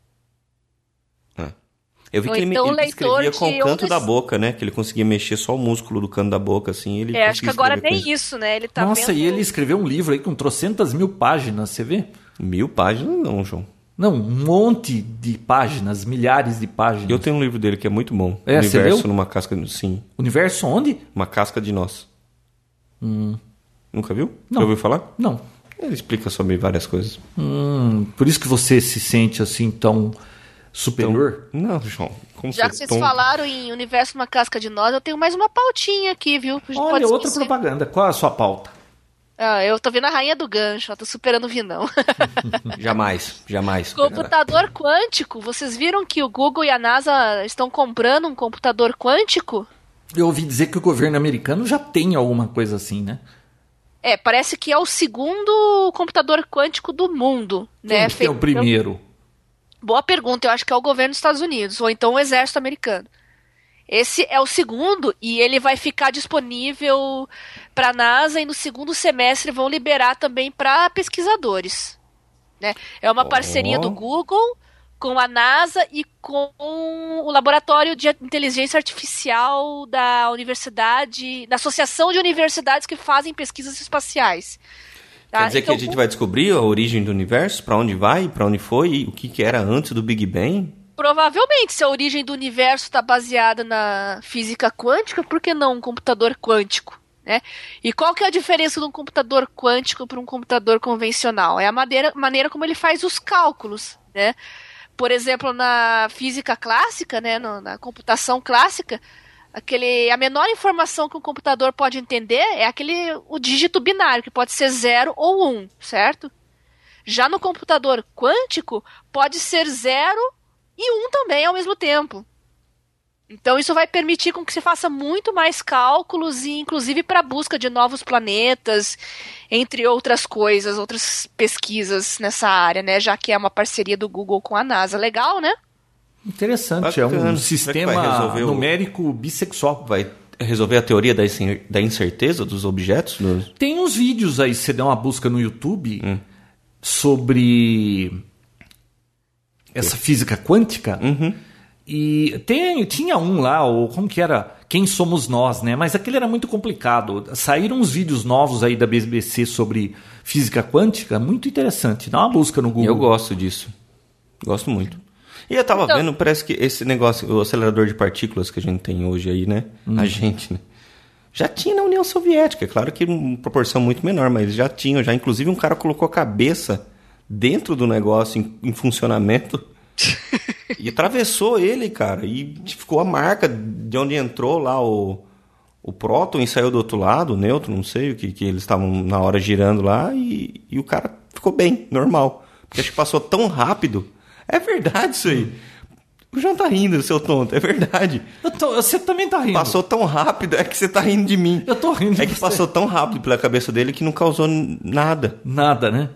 Eu vi que ele escrevia com o canto da boca, né? Que ele conseguia mexer só o músculo do canto da boca, assim. Ele acho que agora nem isso, né? Ele tá Nossa, e ele escreveu um livro aí com 300.000 páginas, você vê? 1000 páginas não, João. Não, um monte de páginas, milhares de páginas. Eu tenho um livro dele que é muito bom. Universo você leu? Numa casca... Sim. Universo onde? Uma casca de nós. Nunca viu? Não. Já ouviu falar? Não. Ele explica sobre várias coisas. Por isso que você se sente assim tão... superior? Então, não, João. Já que vocês falaram em Universo Uma Casca de Nós, eu tenho mais uma pautinha aqui, viu? Olha, outra propaganda. Qual é a sua pauta? Eu tô vendo a Rainha do Gancho, tô superando o Vinão. Jamais. Computador quântico. Vocês viram que o Google e a NASA estão comprando um computador quântico? Eu ouvi dizer que o governo americano já tem alguma coisa assim, né? Parece que é o segundo computador quântico do mundo, né? Quem é o primeiro? Boa pergunta, eu acho que é o governo dos Estados Unidos, ou então o exército americano. Esse é o segundo e ele vai ficar disponível para a NASA e no segundo semestre vão liberar também para pesquisadores. Né? É uma parceria do Google com a NASA e com o Laboratório de Inteligência Artificial da Universidade, da Associação de Universidades que fazem pesquisas espaciais. Tá? Quer dizer que a gente vai descobrir a origem do universo? Para onde vai? Para onde foi? O que era antes do Big Bang? Provavelmente, se a origem do universo está baseada na física quântica, por que não um computador quântico? Né? E qual que é a diferença de um computador quântico para um computador convencional? É a maneira como ele faz os cálculos. Né? Por exemplo, na física clássica, né, na computação clássica, a menor informação que um computador pode entender é o dígito binário, que pode ser 0 ou 1, certo? Já no computador quântico, pode ser 0 e 1 também ao mesmo tempo. Então isso vai permitir com que se faça muito mais cálculos e inclusive para a busca de novos planetas, entre outras coisas, outras pesquisas nessa área, né? Já que é uma parceria do Google com a NASA. Legal, né? Interessante, bacana. É um sistema numérico bissexual. Vai resolver a teoria da incerteza dos objetos? Tem uns vídeos aí, você dá uma busca no YouTube sobre essa física quântica. E tinha um lá, ou como que era? Quem Somos Nós, né? Mas aquele era muito complicado. Saíram uns vídeos novos aí da BBC sobre física quântica, muito interessante. Dá uma busca no Google. Eu gosto disso. Gosto muito. E eu tava vendo, parece que esse negócio, o acelerador de partículas que a gente tem hoje aí, né? A gente, né? Já tinha na União Soviética, é claro que em proporção muito menor, mas já tinha. Inclusive um cara colocou a cabeça dentro do negócio em funcionamento e atravessou ele, cara. E ficou a marca de onde entrou lá o próton e saiu do outro lado, o nêutron, não sei o que eles estavam na hora girando lá. E o cara ficou bem, normal. Porque acho que passou tão rápido. É verdade isso aí. O João tá rindo, seu tonto. É verdade. Você também tá rindo. Passou tão rápido, é que você tá rindo de mim. Eu tô rindo de você. É que passou tão rápido pela cabeça dele que não causou nada. Nada, né?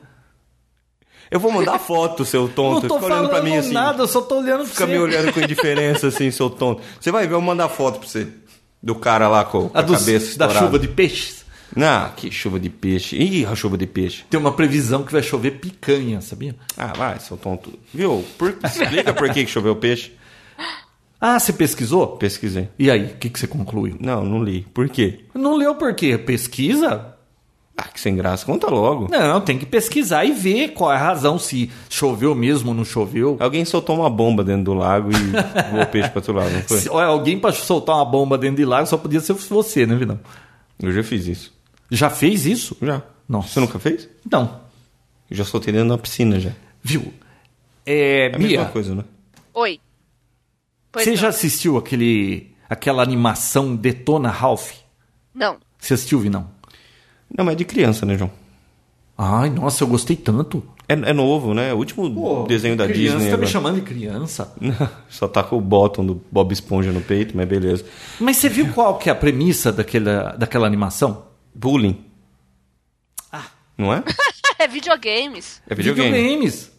Eu vou mandar foto, seu tonto. Não tô olhando pra mim assim. Nada, eu só tô olhando pra você. Fica me olhando com indiferença assim, seu tonto. Você vai ver, eu vou mandar foto pra você. Do cara lá com a cabeça estourada. Da chuva de peixes? Não, que chuva de peixe. Ih, a chuva de peixe. Tem uma previsão que vai chover picanha, sabia? Ah, vai, seu tonto. Viu? Explica por que choveu peixe. Ah, você pesquisou? Pesquisei. E aí, o que você concluiu? Não li. Por quê? Não leu por quê? Pesquisa? Ah, que sem graça. Conta logo. Não, tem que pesquisar e ver qual é a razão, se choveu mesmo ou não choveu. Alguém soltou uma bomba dentro do lago e voou peixe para outro lado, não foi? Olha, alguém para soltar uma bomba dentro de lago só podia ser você, né, Vinão? Eu já fiz isso. Já fez isso? Já. Nossa. Você nunca fez? Não. Eu já soltei dentro da piscina, já. Viu? É a Bia, mesma coisa, né? Oi. Você já assistiu aquela animação Detona Ralph? Não. Você assistiu, Vinão? Não, mas é de criança, né, João? Ai, nossa, eu gostei tanto. É novo, né? O último desenho da Disney. Você tá agora. me chamando de criança? Só tá com o bottom do Bob Esponja no peito, mas beleza. Mas você viu qual que é a premissa daquela animação? Bullying. Não é? É videogames. É videogame.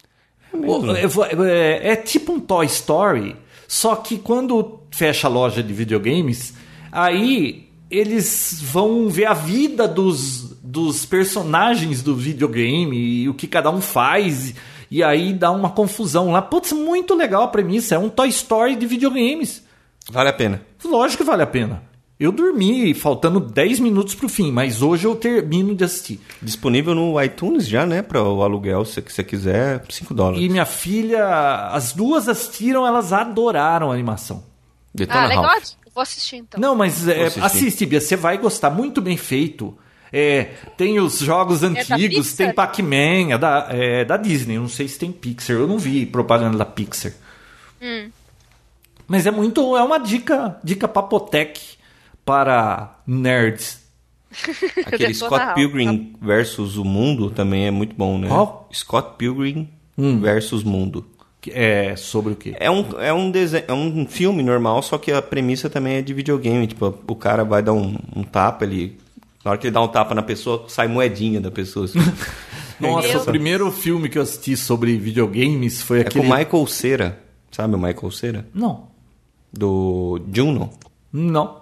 É tipo um Toy Story, só que quando fecha a loja de videogames, aí eles vão ver a vida dos personagens do videogame e o que cada um faz, e aí dá uma confusão lá. Putz, muito legal a premissa, é um Toy Story de videogames. Vale a pena. Lógico que vale a pena. Eu dormi faltando 10 minutos pro fim, mas hoje eu termino de assistir. Disponível no iTunes já, né? Para o aluguel, se você quiser, $5. E minha filha, as duas assistiram, elas adoraram a animação. Detona legal. Ralph. Vou assistir então. Não, mas assiste, Bia, você vai gostar, muito bem feito. Tem os jogos antigos, tem Pac-Man, é da Disney, eu não sei se tem Pixar, eu não vi propaganda da Pixar. Mas é uma dica papotec para nerds. Aquele Scott Pilgrim versus o Mundo também é muito bom, né? Qual? Scott Pilgrim versus Mundo. É sobre o quê? É um filme normal, só que a premissa também é de videogame. Tipo, o cara vai dar um tapa, na hora que ele dá um tapa na pessoa, sai moedinha da pessoa. Assim. Nossa, o primeiro filme que eu assisti sobre videogames foi aquele... com o Michael Cera. Sabe o Michael Cera? Não. Do Juno? Não.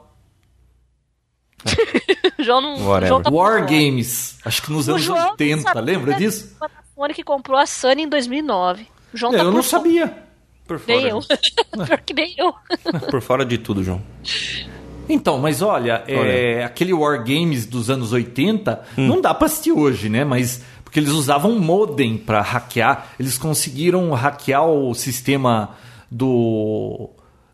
João não... Whatever. War Games. Acho que nos anos João 80, lembra disso? O Panasonic que comprou a Sony em 2009. O João tá Eu não sabia. Por fora. Nem eu. Pior que nem eu. Por fora de tudo, João. Então, mas olha, aquele War Games dos anos 80, não dá pra assistir hoje, né? Mas porque eles usavam modem pra hackear, eles conseguiram hackear o sistema do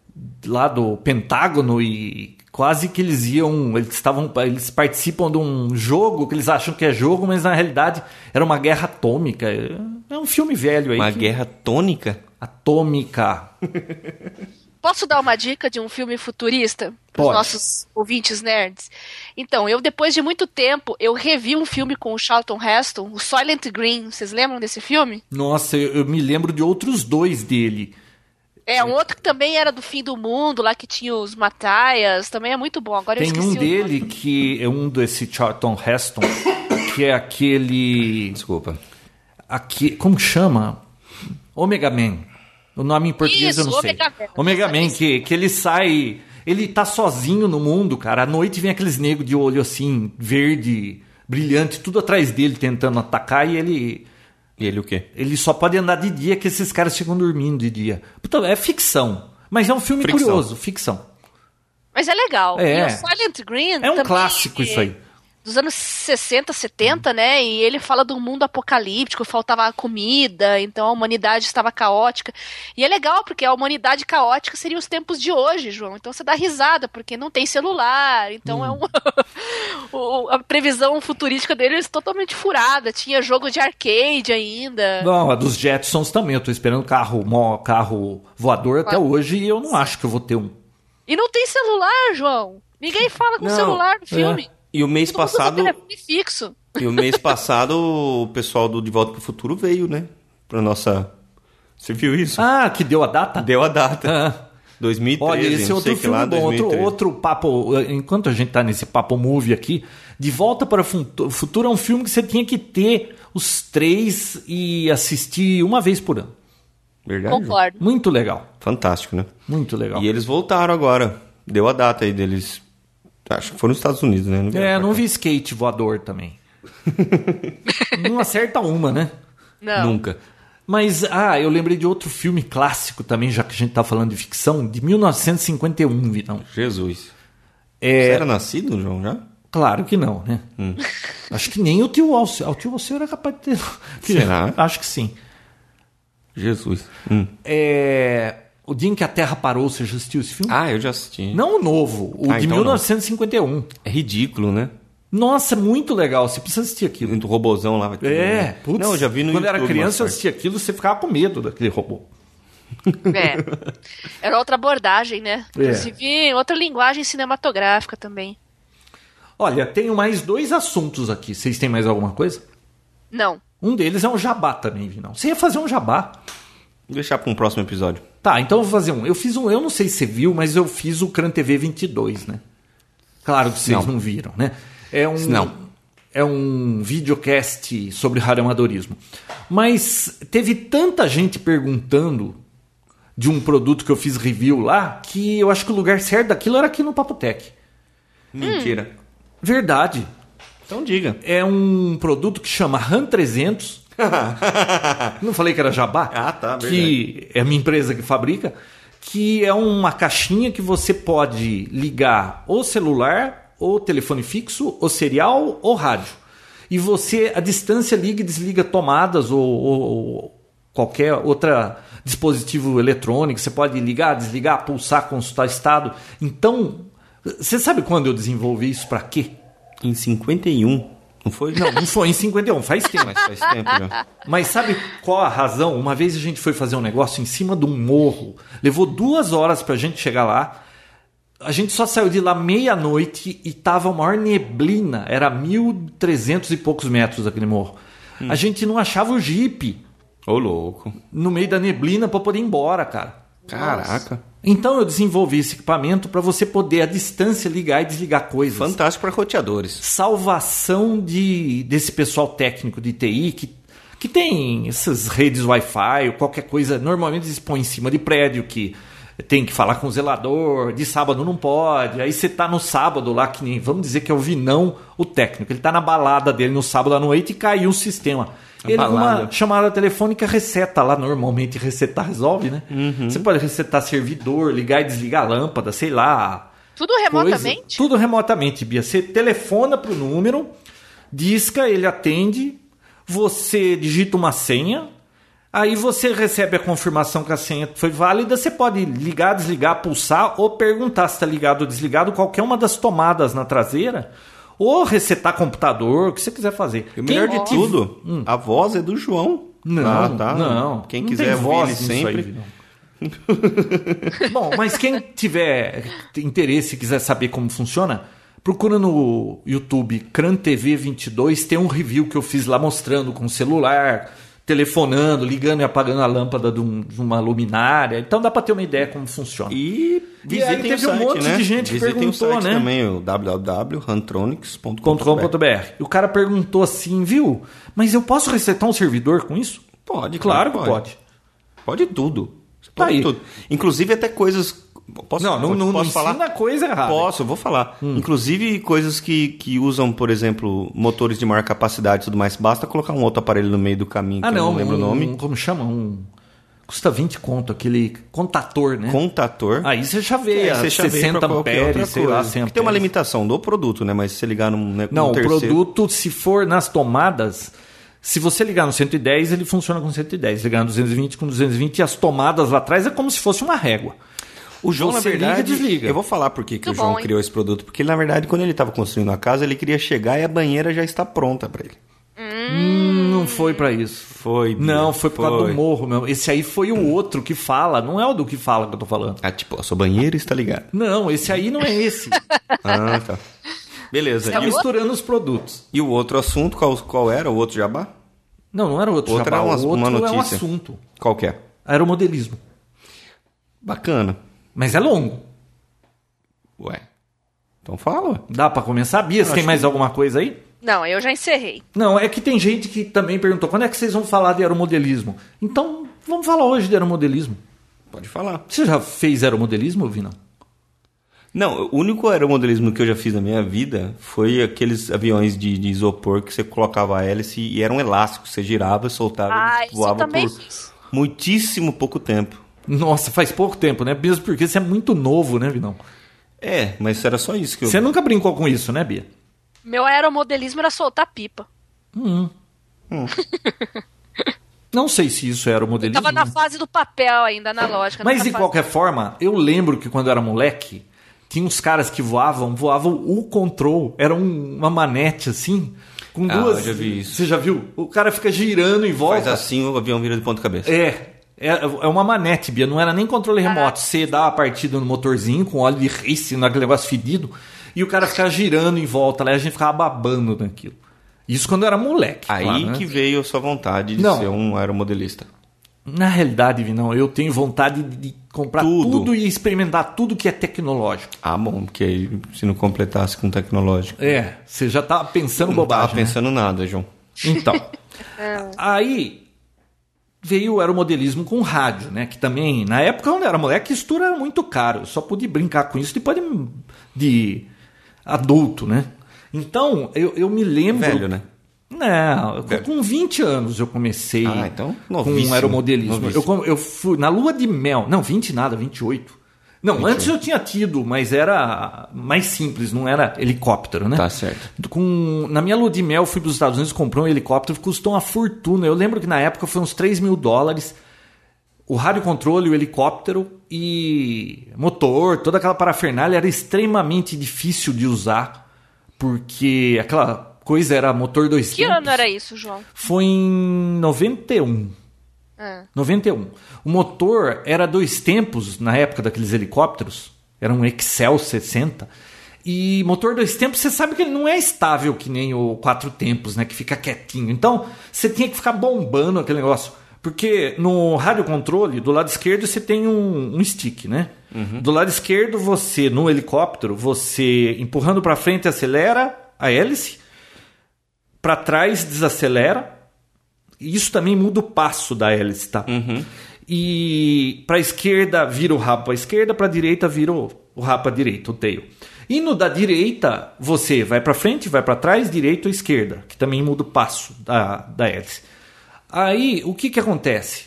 Pentágono e quase que eles participam de um jogo que eles acham que é jogo, mas na realidade era uma guerra atômica. É um filme velho aí. Uma guerra tônica? Atômica. Posso dar uma dica de um filme futurista para os nossos ouvintes nerds? Então, depois de muito tempo, eu revi um filme com o Charlton Heston, o Soylent Green. Vocês lembram desse filme? Nossa, eu me lembro de outros dois dele. Um outro que também era do fim do mundo, lá que tinha os Mataias, também é muito bom. Agora eu esqueci um dele que é um desse Charlton Heston, que é aquele... Desculpa. Como chama? Omega Man. O nome em português eu não sei. Omega Man, que ele sai... Ele tá sozinho no mundo, cara. À noite vem aqueles negros de olho assim, verde, brilhante, tudo atrás dele tentando atacar e ele... E ele o quê? Ele só pode andar de dia, que esses caras ficam dormindo de dia. Puta, é ficção. Mas é um filme curioso, ficção. Mas é legal. É. E o Soylent Green é um clássico isso aí. Dos anos 60, 70, né? E ele fala do mundo apocalíptico, faltava comida, então a humanidade estava caótica. E é legal, porque a humanidade caótica seria os tempos de hoje, João. Então você dá risada, porque não tem celular. Então a previsão futurística dele é totalmente furada. Tinha jogo de arcade ainda. Não, a dos Jetsons também. Eu tô esperando carro voador até hoje e eu não acho que eu vou ter um. E não tem celular, João. Ninguém fala com celular no filme. E o mês passado. Telefone fixo. E o mês passado o pessoal do De Volta pro Futuro veio, né? Pra nossa. Você viu isso? Ah, que deu a data? Deu a data. 2013. Olha, esse é outro filme bom. Outro papo. Enquanto a gente tá nesse papo movie aqui, De Volta para o Futuro é um filme que você tinha que ter os 3 e assistir uma vez por ano. Verdade. Concordo. Muito legal. Fantástico, né? Muito legal. E eles voltaram agora. Deu a data aí deles. Acho que foi nos Estados Unidos, né? Não vi skate voador também. Não acerta uma, né? Não. Nunca. Mas, eu lembrei de outro filme clássico também, já que a gente tá falando de ficção, de 1951, Vitão. Jesus. Você era nascido, João, já? Claro que não, né? Acho que nem o tio Alceu. O tio Alceu era capaz de ter... Será? Acho que sim. Jesus. O Dia em que a Terra Parou, você já assistiu esse filme? Eu já assisti. Não o novo, o de 1951. Não. É ridículo, né? Nossa, muito legal, você precisa assistir aquilo. Do robôzão lá. Putz. Não, eu já vi no Quando YouTube. Era criança, eu assistia aquilo, você ficava com medo daquele robô. Era outra abordagem, né? Inclusive, outra linguagem cinematográfica também. Olha, tenho mais 2 assuntos aqui. Vocês têm mais alguma coisa? Não. Um deles é um jabá também, Vinão. Você ia fazer um jabá. Vou deixar para um próximo episódio. Tá, então eu vou fazer um. Eu não sei se você viu, mas eu fiz o CRAN TV 22, né? Claro que vocês não viram, né? É um videocast sobre radioamadorismo. Mas teve tanta gente perguntando de um produto que eu fiz review lá, que eu acho que o lugar certo daquilo era aqui no Papotec. Mentira. Verdade. Então diga. É um produto que chama RAM 300. Não falei que era jabá? Ah, tá, verdade. Que é a minha empresa que fabrica. Que é uma caixinha que você pode ligar ou celular, ou telefone fixo, ou serial, ou rádio. E você, à distância, liga e desliga tomadas ou qualquer outro dispositivo eletrônico. Você pode ligar, desligar, pulsar, consultar estado. Então, você sabe quando eu desenvolvi isso? Para quê? Em 51. Não foi? Não foi em 51, faz tempo. Mas faz tempo já. Mas sabe qual a razão? Uma vez a gente foi fazer um negócio em cima de um morro. Levou 2 horas pra gente chegar lá. A gente só saiu de lá meia-noite e tava a maior neblina. Era 1.300 e poucos metros aquele morro. A gente não achava o Jeep. Ô, louco. No meio da neblina pra poder ir embora, cara. Caraca. Então eu desenvolvi esse equipamento para você poder à distância ligar e desligar coisas. Fantástico para roteadores. Salvação desse pessoal técnico de TI que tem essas redes Wi-Fi ou qualquer coisa. Normalmente eles põem em cima de prédio que tem que falar com o zelador, de sábado não pode. Aí você tá no sábado lá, que nem, vamos dizer que é o Vinão, o técnico. Ele tá na balada dele no sábado à noite e caiu o sistema. Ele com uma chamada telefônica reseta lá, normalmente resetar resolve, né? Uhum. Você pode resetar servidor, ligar e desligar a lâmpada, sei lá. Tudo remotamente? Tudo remotamente, Bia. Você telefona pro número, disca, ele atende, você digita uma senha, aí você recebe a confirmação que a senha foi válida, você pode ligar, desligar, pulsar ou perguntar se está ligado ou desligado qualquer uma das tomadas na traseira. Ou resetar computador, o que você quiser fazer. E o melhor de tudo, a voz é do João. Não, tá? Não. Quem quiser ouvir ele sempre. Aí, bom, mas quem tiver interesse e quiser saber como funciona, procura no YouTube CRAN TV 22, tem um review que eu fiz lá mostrando com o celular, telefonando, ligando e apagando a lâmpada de uma luminária. Então dá para ter uma ideia como funciona. E aí teve um monte de gente que perguntou, né? Também o www.rantronics.com.br. E o cara perguntou assim, viu? Mas eu posso resetar um servidor com isso? Pode, claro que pode. Pode tudo. Pode tudo. Inclusive até coisas... Posso falar? Ensina coisa errada. Vou falar. Inclusive coisas que usam, por exemplo, motores de maior capacidade e tudo mais. Basta colocar um outro aparelho no meio do caminho, que eu não lembro o nome. Como chama? Custa 20 conto, aquele contator, né? Contator. Aí você chaveia, 60 amperes, sei lá, 100 amperes. Tem uma limitação do produto, né? Mas se você ligar num Não, o terceiro... produto, se for nas tomadas... Se você ligar no 110, ele funciona com 110. Ligar no 220 com 220 e as tomadas lá atrás é como se fosse uma régua. O João, na verdade, liga e desliga. Eu vou falar por que o João criou esse produto. Porque, na verdade, quando ele estava construindo a casa, ele queria chegar e a banheira já está pronta para ele. Não foi para isso. Foi. Não, foi por causa do morro mesmo. Esse aí foi o outro que fala. Não é o do que fala que eu tô falando. Ah, tipo, a sua banheira está ligada. Não, esse aí não é esse. Ah, tá. Beleza. Você tá misturando os produtos. E o outro assunto, qual era? O outro jabá? Não era outro jabá. O outro uma notícia. É um assunto. Qual que é? Aeromodelismo. Bacana. Mas é longo. Ué. Então fala. Dá pra começar? Bia, você tem mais alguma coisa aí? Não, eu já encerrei. Não, é que tem gente que também perguntou quando é que vocês vão falar de aeromodelismo. Então, vamos falar hoje de aeromodelismo. Pode falar. Você já fez aeromodelismo, Vinão? Não, o único aeromodelismo que eu já fiz na minha vida foi aqueles aviões de isopor que você colocava a hélice e era um elástico. Você girava, soltava e voava por muitíssimo pouco tempo. Nossa, faz pouco tempo, né? Mesmo porque você é muito novo, né, Vinão? É, mas era só isso que eu... Você nunca brincou com isso, né, Bia? Meu aeromodelismo era soltar pipa. Não sei se isso era aeromodelismo. Eu tava na fase do papel ainda, analógica. Mas de qualquer forma, eu lembro que quando eu era moleque, tinha uns caram que voavam o control. Era uma manete assim, com duas... eu já vi isso. Você já viu? O cara fica girando em volta. Faz assim, o avião vira de ponta cabeça. É uma manete, Bia. Não era nem controle remoto. Você dá a partida no motorzinho com óleo de rice, naquele negócio fedido, e o cara ficava girando em volta. Lá a gente ficava babando naquilo. Isso quando eu era moleque. Aí claro, que né? veio a sua vontade de ser um aeromodelista. Na realidade, não. Eu tenho vontade de comprar tudo e experimentar tudo que é tecnológico. Ah, bom, porque aí se não completasse com tecnológico. Você já estava pensando bobagem. Não estava pensando nada, João. Então, aí veio o aeromodelismo com rádio, né? Que também, na época quando eu era moleque, isso tudo era muito caro. Eu só pude brincar com isso depois de adulto, né? Então, eu me lembro... Velho, né? Não, com 20 anos eu comecei então, com aeromodelismo. Eu fui na lua de mel. Não, 20 nada, 28. Não, 28. Antes eu tinha tido, mas era mais simples, não era helicóptero, né? Tá certo. Na minha lua de mel, eu fui para os Estados Unidos, comprei um helicóptero, custou uma fortuna. Eu lembro que na época foi uns $3.000. O radiocontrole, o helicóptero e motor, toda aquela parafernália era extremamente difícil de usar, porque aquela coisa era motor 2 tempos. Que ano era isso, João? Foi em 91. 91. O motor era 2 tempos na época daqueles helicópteros. Era um Excel 60. E motor 2 tempos, você sabe que ele não é estável que nem o 4 tempos, né? Que fica quietinho. Então, você tinha que ficar bombando aquele negócio. Porque no radiocontrole, do lado esquerdo, você tem um stick, né? Uhum. Do lado esquerdo, no helicóptero, você empurrando para frente acelera a hélice. Para trás desacelera. Isso também muda o passo da hélice, tá? Uhum. E para a esquerda vira o rabo para a esquerda, para a direita vira o rabo para a direita, o tail. E no da direita, você vai para frente, vai para trás, direita ou esquerda, que também muda o passo da hélice. Aí, o que acontece?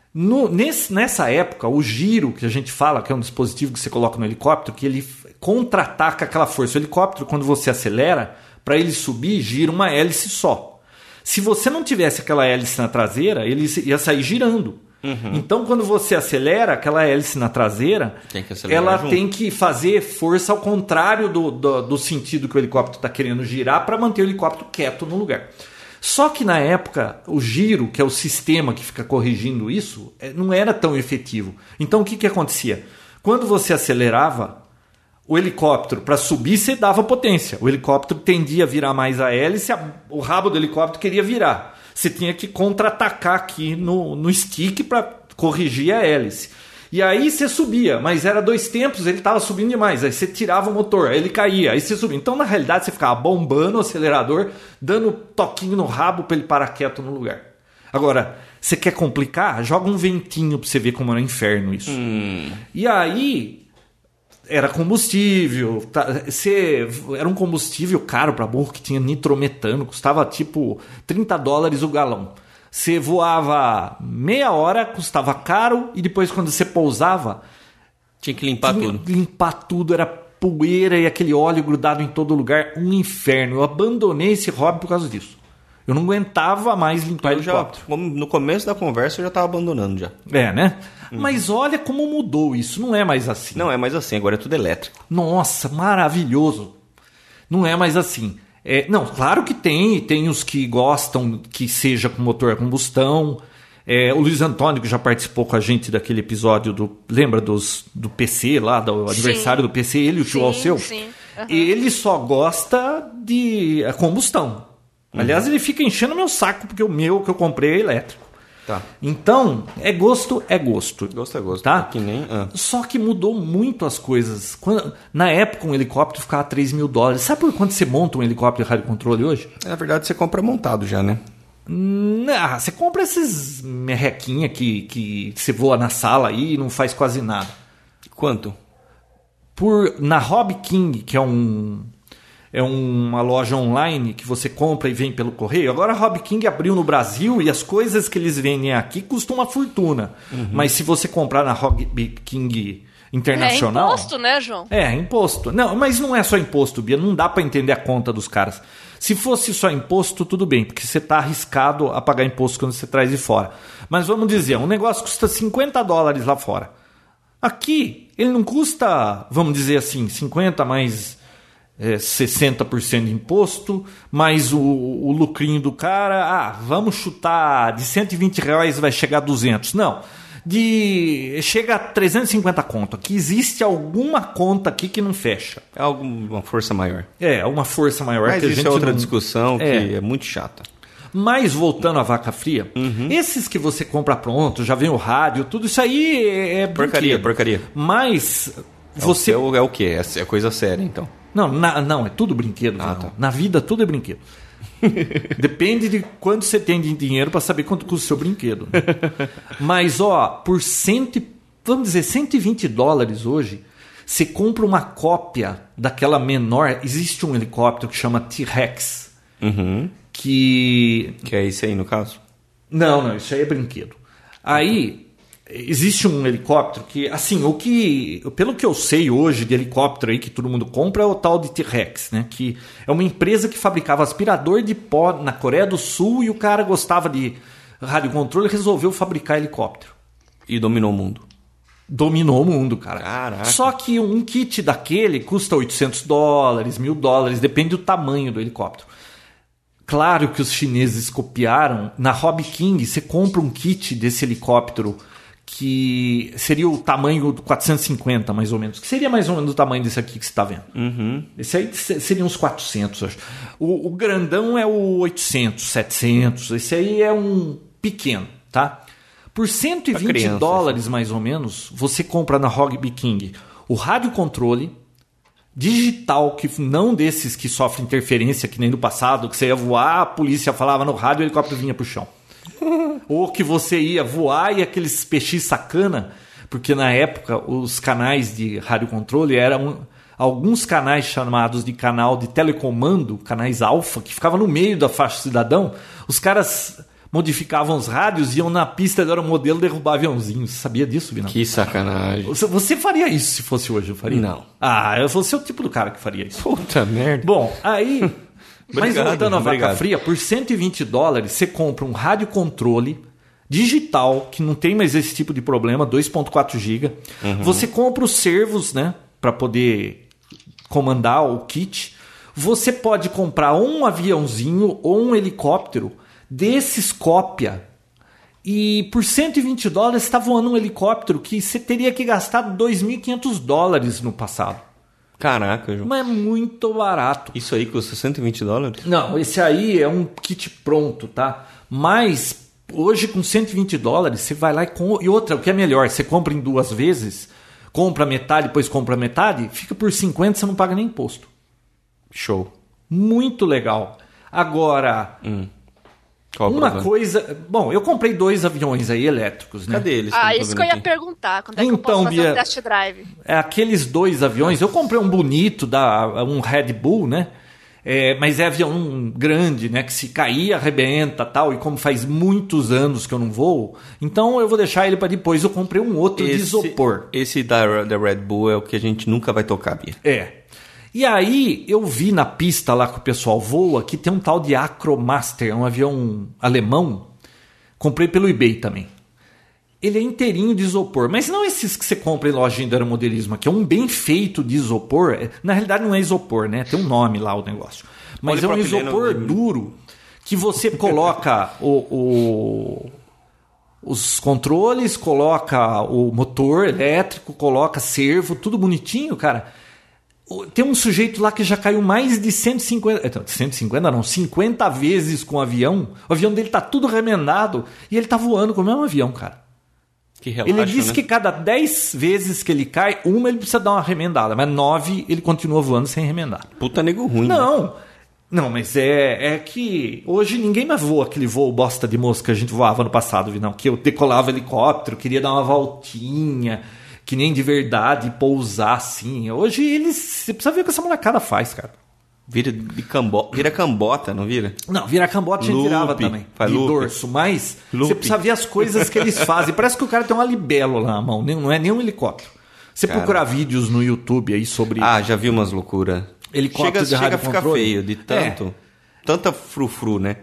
Nessa época, o giro que a gente fala, que é um dispositivo que você coloca no helicóptero, que ele contra-ataca aquela força. O helicóptero, quando você acelera, para ele subir, gira uma hélice só. Se você não tivesse aquela hélice na traseira, ele ia sair girando. Uhum. Então, quando você acelera aquela hélice na traseira, ela tem que fazer força ao contrário do sentido que o helicóptero está querendo girar para manter o helicóptero quieto no lugar. Só que na época, o giro, que é o sistema que fica corrigindo isso, não era tão efetivo. Então, o que acontecia? Quando você acelerava, o helicóptero, para subir, você dava potência. O helicóptero tendia a virar mais a hélice, o rabo do helicóptero queria virar. Você tinha que contra-atacar aqui no stick para corrigir a hélice. E aí você subia, mas era 2 tempos, ele estava subindo demais. Aí você tirava o motor, aí ele caía, aí você subia. Então, na realidade, você ficava bombando o acelerador, dando toquinho no rabo para ele parar quieto no lugar. Agora, você quer complicar? Joga um ventinho para você ver como era um inferno isso. E aí... Era combustível, era um combustível caro para burro que tinha nitrometano, custava tipo $30 o galão. Você voava meia hora, custava caro, e depois quando você pousava... Tinha que limpar tudo. Limpar tudo, era poeira e aquele óleo grudado em todo lugar, um inferno. Eu abandonei esse hobby por causa disso. Eu não aguentava mais limpar helicóptero. No começo da conversa eu já estava abandonando já. Né? Mas olha como mudou isso. Não é mais assim. Não é mais assim, agora é tudo elétrico. Nossa, maravilhoso. Não é mais assim. Não, claro que tem os que gostam que seja com motor a combustão. O Luiz Antônio, que já participou com a gente daquele episódio lembra do PC lá, do aniversário do PC, ele e o tio Alceu? Sim. Uhum. Ele só gosta de combustão. Aliás, ele fica enchendo meu saco, porque o meu que eu comprei é elétrico. Tá. Então, gosto é gosto. Gosto é gosto. Tá? Que nem... Só que mudou muito as coisas. Na época, um helicóptero ficava $3.000. Sabe por quanto você monta um helicóptero de radiocontrole hoje? Na verdade, você compra montado já, né? Você compra esses merrequinha que você voa na sala aí e não faz quase nada. Quanto? Na Hobby King, que é uma loja online que você compra e vem pelo correio. Agora a Hobby King abriu no Brasil e as coisas que eles vendem aqui custam uma fortuna. Uhum. Mas se você comprar na Hobby King internacional... É imposto, né, João? É imposto. Não, mas não é só imposto, Bia. Não dá para entender a conta dos caras. Se fosse só imposto, tudo bem, porque você está arriscado a pagar imposto quando você traz de fora. Mas vamos dizer, um negócio custa $50 lá fora. Aqui, ele não custa, vamos dizer assim, 50 mais... 60% de imposto, mais o lucrinho do cara. Vamos chutar, de R$120 vai chegar a 200. Não, chega a 350 conto. Que existe alguma conta aqui que não fecha. É alguma força maior. Uma força maior. Mas que isso a gente é outra discussão que é muito chata. Mas voltando à vaca fria, esses que você compra pronto, já vem o rádio, tudo isso aí é porcaria. Mas você... É o quê? É coisa séria, então. Não, é tudo brinquedo. Tá. Na vida tudo é brinquedo. Depende de quanto você tem de dinheiro para saber quanto custa o seu brinquedo. Né? Mas, por $120 hoje, você compra uma cópia daquela menor. Existe um helicóptero que chama T-Rex. Que é esse aí, no caso? Não, isso aí é brinquedo. Aí... Existe um helicóptero que, assim, pelo que eu sei hoje de helicóptero aí que todo mundo compra é o tal de T-Rex, né? Que é uma empresa que fabricava aspirador de pó na Coreia do Sul e o cara gostava de radiocontrole e resolveu fabricar helicóptero. E dominou o mundo. Dominou o mundo, cara. Caraca. Só que um kit daquele custa $800, $1.000, depende do tamanho do helicóptero. Claro que os chineses copiaram. Na Hobby King, você compra um kit desse helicóptero que seria o tamanho do 450, mais ou menos. Que seria mais ou menos o tamanho desse aqui que você está vendo. Esse aí seria uns 400, acho. O grandão é o 800, 700. Esse aí é um pequeno, tá? Por $120, mais ou menos, você compra na Hobby King o radiocontrole digital, que não desses que sofrem interferência, que nem no passado, que você ia voar, a polícia falava no rádio e o helicóptero vinha pro chão. Ou que você ia voar e aqueles peixes sacana, porque na época os canais de radiocontrole eram alguns canais chamados de canal de telecomando, canais alfa, que ficavam no meio da faixa cidadão. Os caras modificavam os rádios, iam na pista do aeromodelo derrubar aviãozinhos. Você sabia disso, Vinão? Que sacanagem. Você faria isso se fosse hoje, eu faria? Não. Eu vou ser o tipo do cara que faria isso. Puta merda. Bom, aí... Mas voltando à vaca fria, por $120 você compra um radiocontrole digital, que não tem mais esse tipo de problema, 2.4 GB. Você compra os servos, né, para poder comandar o kit. Você pode comprar um aviãozinho ou um helicóptero desses cópia. E por $120 está voando um helicóptero que você teria que gastar $2.500 no passado. Caraca, João. Mas é muito barato. Isso aí custa $120? Não, esse aí é um kit pronto, tá? Mas hoje com $120 você vai lá e outra, o que é melhor, você compra em 2 vezes, compra metade, depois compra metade, fica por $50, você não paga nem imposto. Show. Muito legal. Agora... Uma coisa... Bom, eu comprei 2 aviões aí elétricos, né? Cadê eles? Isso que eu ia perguntar. Quando é que eu posso fazer um test drive? Aqueles 2 aviões... Eu comprei um bonito, um Red Bull, né? Mas é avião grande, né? Que se cair, arrebenta tal. E como faz muitos anos que eu não voo... Então eu vou deixar ele para depois. Eu comprei um outro de isopor. Esse da Red Bull é o que a gente nunca vai tocar, Bia. E aí eu vi na pista lá que o pessoal voa que tem um tal de Acromaster, um avião alemão. Comprei pelo eBay também. Ele é inteirinho de isopor, mas não esses que você compra em lojinha de aeromodelismo aqui. É um bem feito de isopor. Na realidade não é isopor, né? Tem um nome lá o negócio. Mas é um isopor duro que você coloca os controles, coloca o motor elétrico, coloca servo, tudo bonitinho, cara. Tem um sujeito lá que já caiu mais de 50 vezes com o avião. O avião dele tá tudo remendado e ele tá voando com o mesmo avião, cara. Que relaxa, ele disse, né? Que cada 10 vezes que ele cai, uma ele precisa dar uma remendada, mas 9 ele continua voando sem remendar. Puta nego ruim. Não, mas é que hoje ninguém mais voa aquele voo bosta de mosca que a gente voava no passado, Vinão. Que eu decolava helicóptero, queria dar uma voltinha... Que nem de verdade, pousar assim. Hoje você precisa ver o que essa molecada faz, cara. Vira cambota, não vira? Não, vira cambota a gente virava também. Faz de loop. Dorso, mas você precisa ver as coisas que eles fazem. Parece que o cara tem uma libelo lá na mão, não é nem um helicóptero. Você procurar vídeos no YouTube aí sobre... já vi umas loucuras. Helicóptero de chega a ficar feio de tanto... Tanta frufru, né?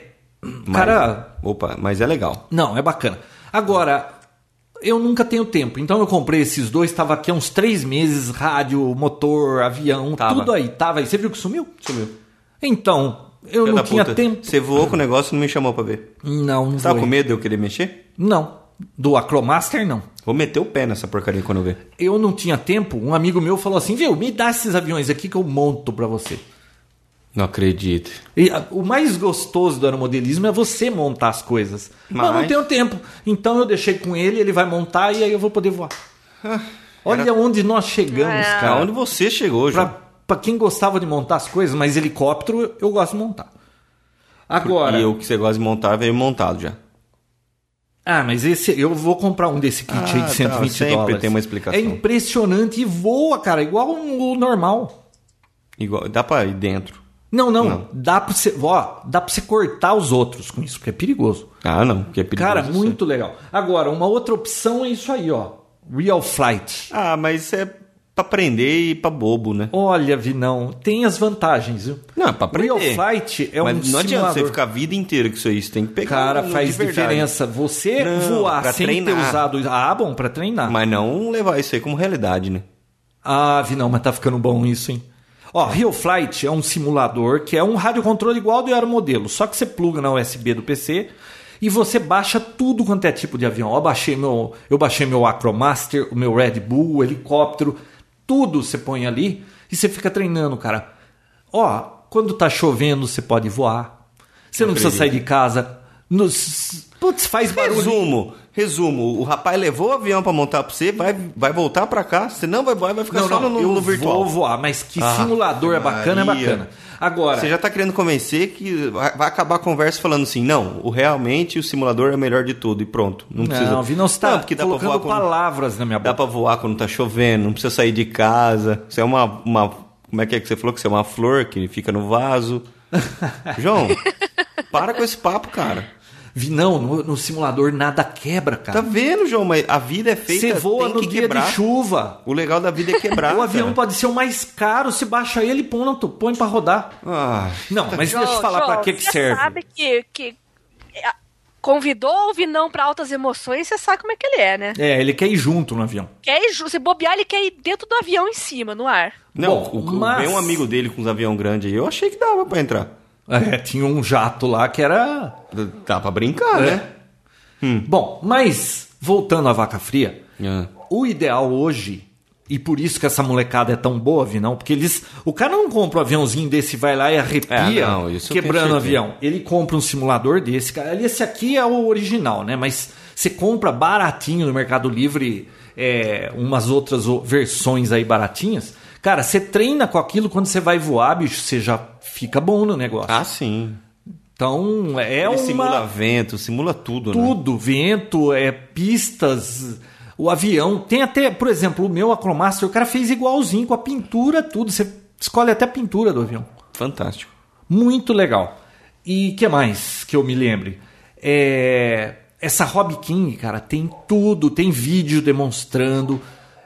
Mas é legal. Não, é bacana. Agora... Eu nunca tenho tempo, então eu comprei esses 2, estava aqui há uns 3 meses, rádio, motor, avião, tudo aí, tava aí. Você viu que sumiu? Sumiu. Então, eu não tinha tempo. Você voou com o negócio e não me chamou pra ver? Não Você tava com medo de eu querer mexer? Não. Do Acromaster, não. Vou meter o pé nessa porcaria quando eu ver. Eu não tinha tempo. Um amigo meu falou assim, viu, me dá esses aviões aqui que eu monto pra você. Não acredito. E o mais gostoso do aeromodelismo é você montar as coisas. Mas eu não tenho tempo. Então eu deixei com ele vai montar e aí eu vou poder voar. Olha onde nós chegamos, cara. Onde você chegou, João. Pra quem gostava de montar as coisas, mas helicóptero eu gosto de montar. Agora... E o que você gosta de montar veio montado já. Mas esse eu vou comprar um desse kit aí de 120 sempre dólares. Tem uma explicação. É impressionante e voa, cara, igual o normal. Dá pra ir dentro. Não. Dá pra você cortar os outros com isso, porque é perigoso. Não, porque é perigoso. Cara, muito legal. Agora, uma outra opção é isso aí, ó. Real Flight. Mas é pra aprender e pra bobo, né? Olha, Vinão, tem as vantagens, viu? Não, pra aprender. Real Flight é mas um não simulador. adianta você ficar a vida inteira com isso aí. Você tem que pegar. Cara, faz diferença. Você voar sem ter usado... bom, pra treinar. Mas não levar isso aí como realidade, né? Vinão, mas tá ficando bom isso, hein? Real Flight é um simulador que é um radiocontrole igual do aeromodelo, só que você pluga na USB do PC e você baixa tudo quanto é tipo de avião. Eu baixei meu Acromaster, o meu Red Bull, o helicóptero, tudo você põe ali e você fica treinando, cara. Quando tá chovendo você pode voar, você não precisa sair de casa. Faz barulho. Resumo, o rapaz levou o avião pra montar pra você, vai voltar pra cá, você não vai voar, vai ficar só no virtual. Eu vou voar, mas que simulador é bacana. Agora, você já tá querendo convencer que vai acabar a conversa falando assim, não, realmente o simulador é o melhor de tudo e pronto. Não precisa. Não, você tá porque colocando palavras na minha boca. Dá pra voar quando tá chovendo, não precisa sair de casa. Você é uma como é que você falou que você é uma flor que fica no vaso? João, para com esse papo, cara. Não, no simulador nada quebra, cara. Tá vendo, João? Mas a vida é feita... Você voa no dia de chuva. O legal da vida é quebrar. O avião pode ser o mais caro. Você baixa ele e põe pra rodar. Não, mas deixa eu falar pra que serve. Você sabe que convidou o Vinão pra altas emoções, você sabe como é que ele é, né? Ele quer ir junto no avião. Se bobear, ele quer ir dentro do avião em cima, no ar. Não, vem um amigo dele com uns aviões grandes aí, eu achei que dava pra entrar. Tinha um jato lá que era... Dá pra brincar, né? Bom, mas voltando à vaca fria, o ideal hoje, e por isso que essa molecada é tão boa, Vinão, porque o cara não compra um aviãozinho desse, vai lá e arrepia, quebrando o avião. Ele compra um simulador desse, cara. Esse aqui é o original, né? Mas você compra baratinho no Mercado Livre, umas outras versões aí baratinhas. Cara, você treina com aquilo, quando você vai voar, bicho, você já fica bom no negócio. Sim. Então, simula vento, simula tudo, né? Tudo, vento, pistas, o avião. Tem até, por exemplo, o meu Acromaster, o cara fez igualzinho, com a pintura, tudo. Você escolhe até a pintura do avião. Fantástico. Muito legal. E o que mais que eu me lembre? Essa Hobby King, cara, tem tudo. Tem vídeo demonstrando...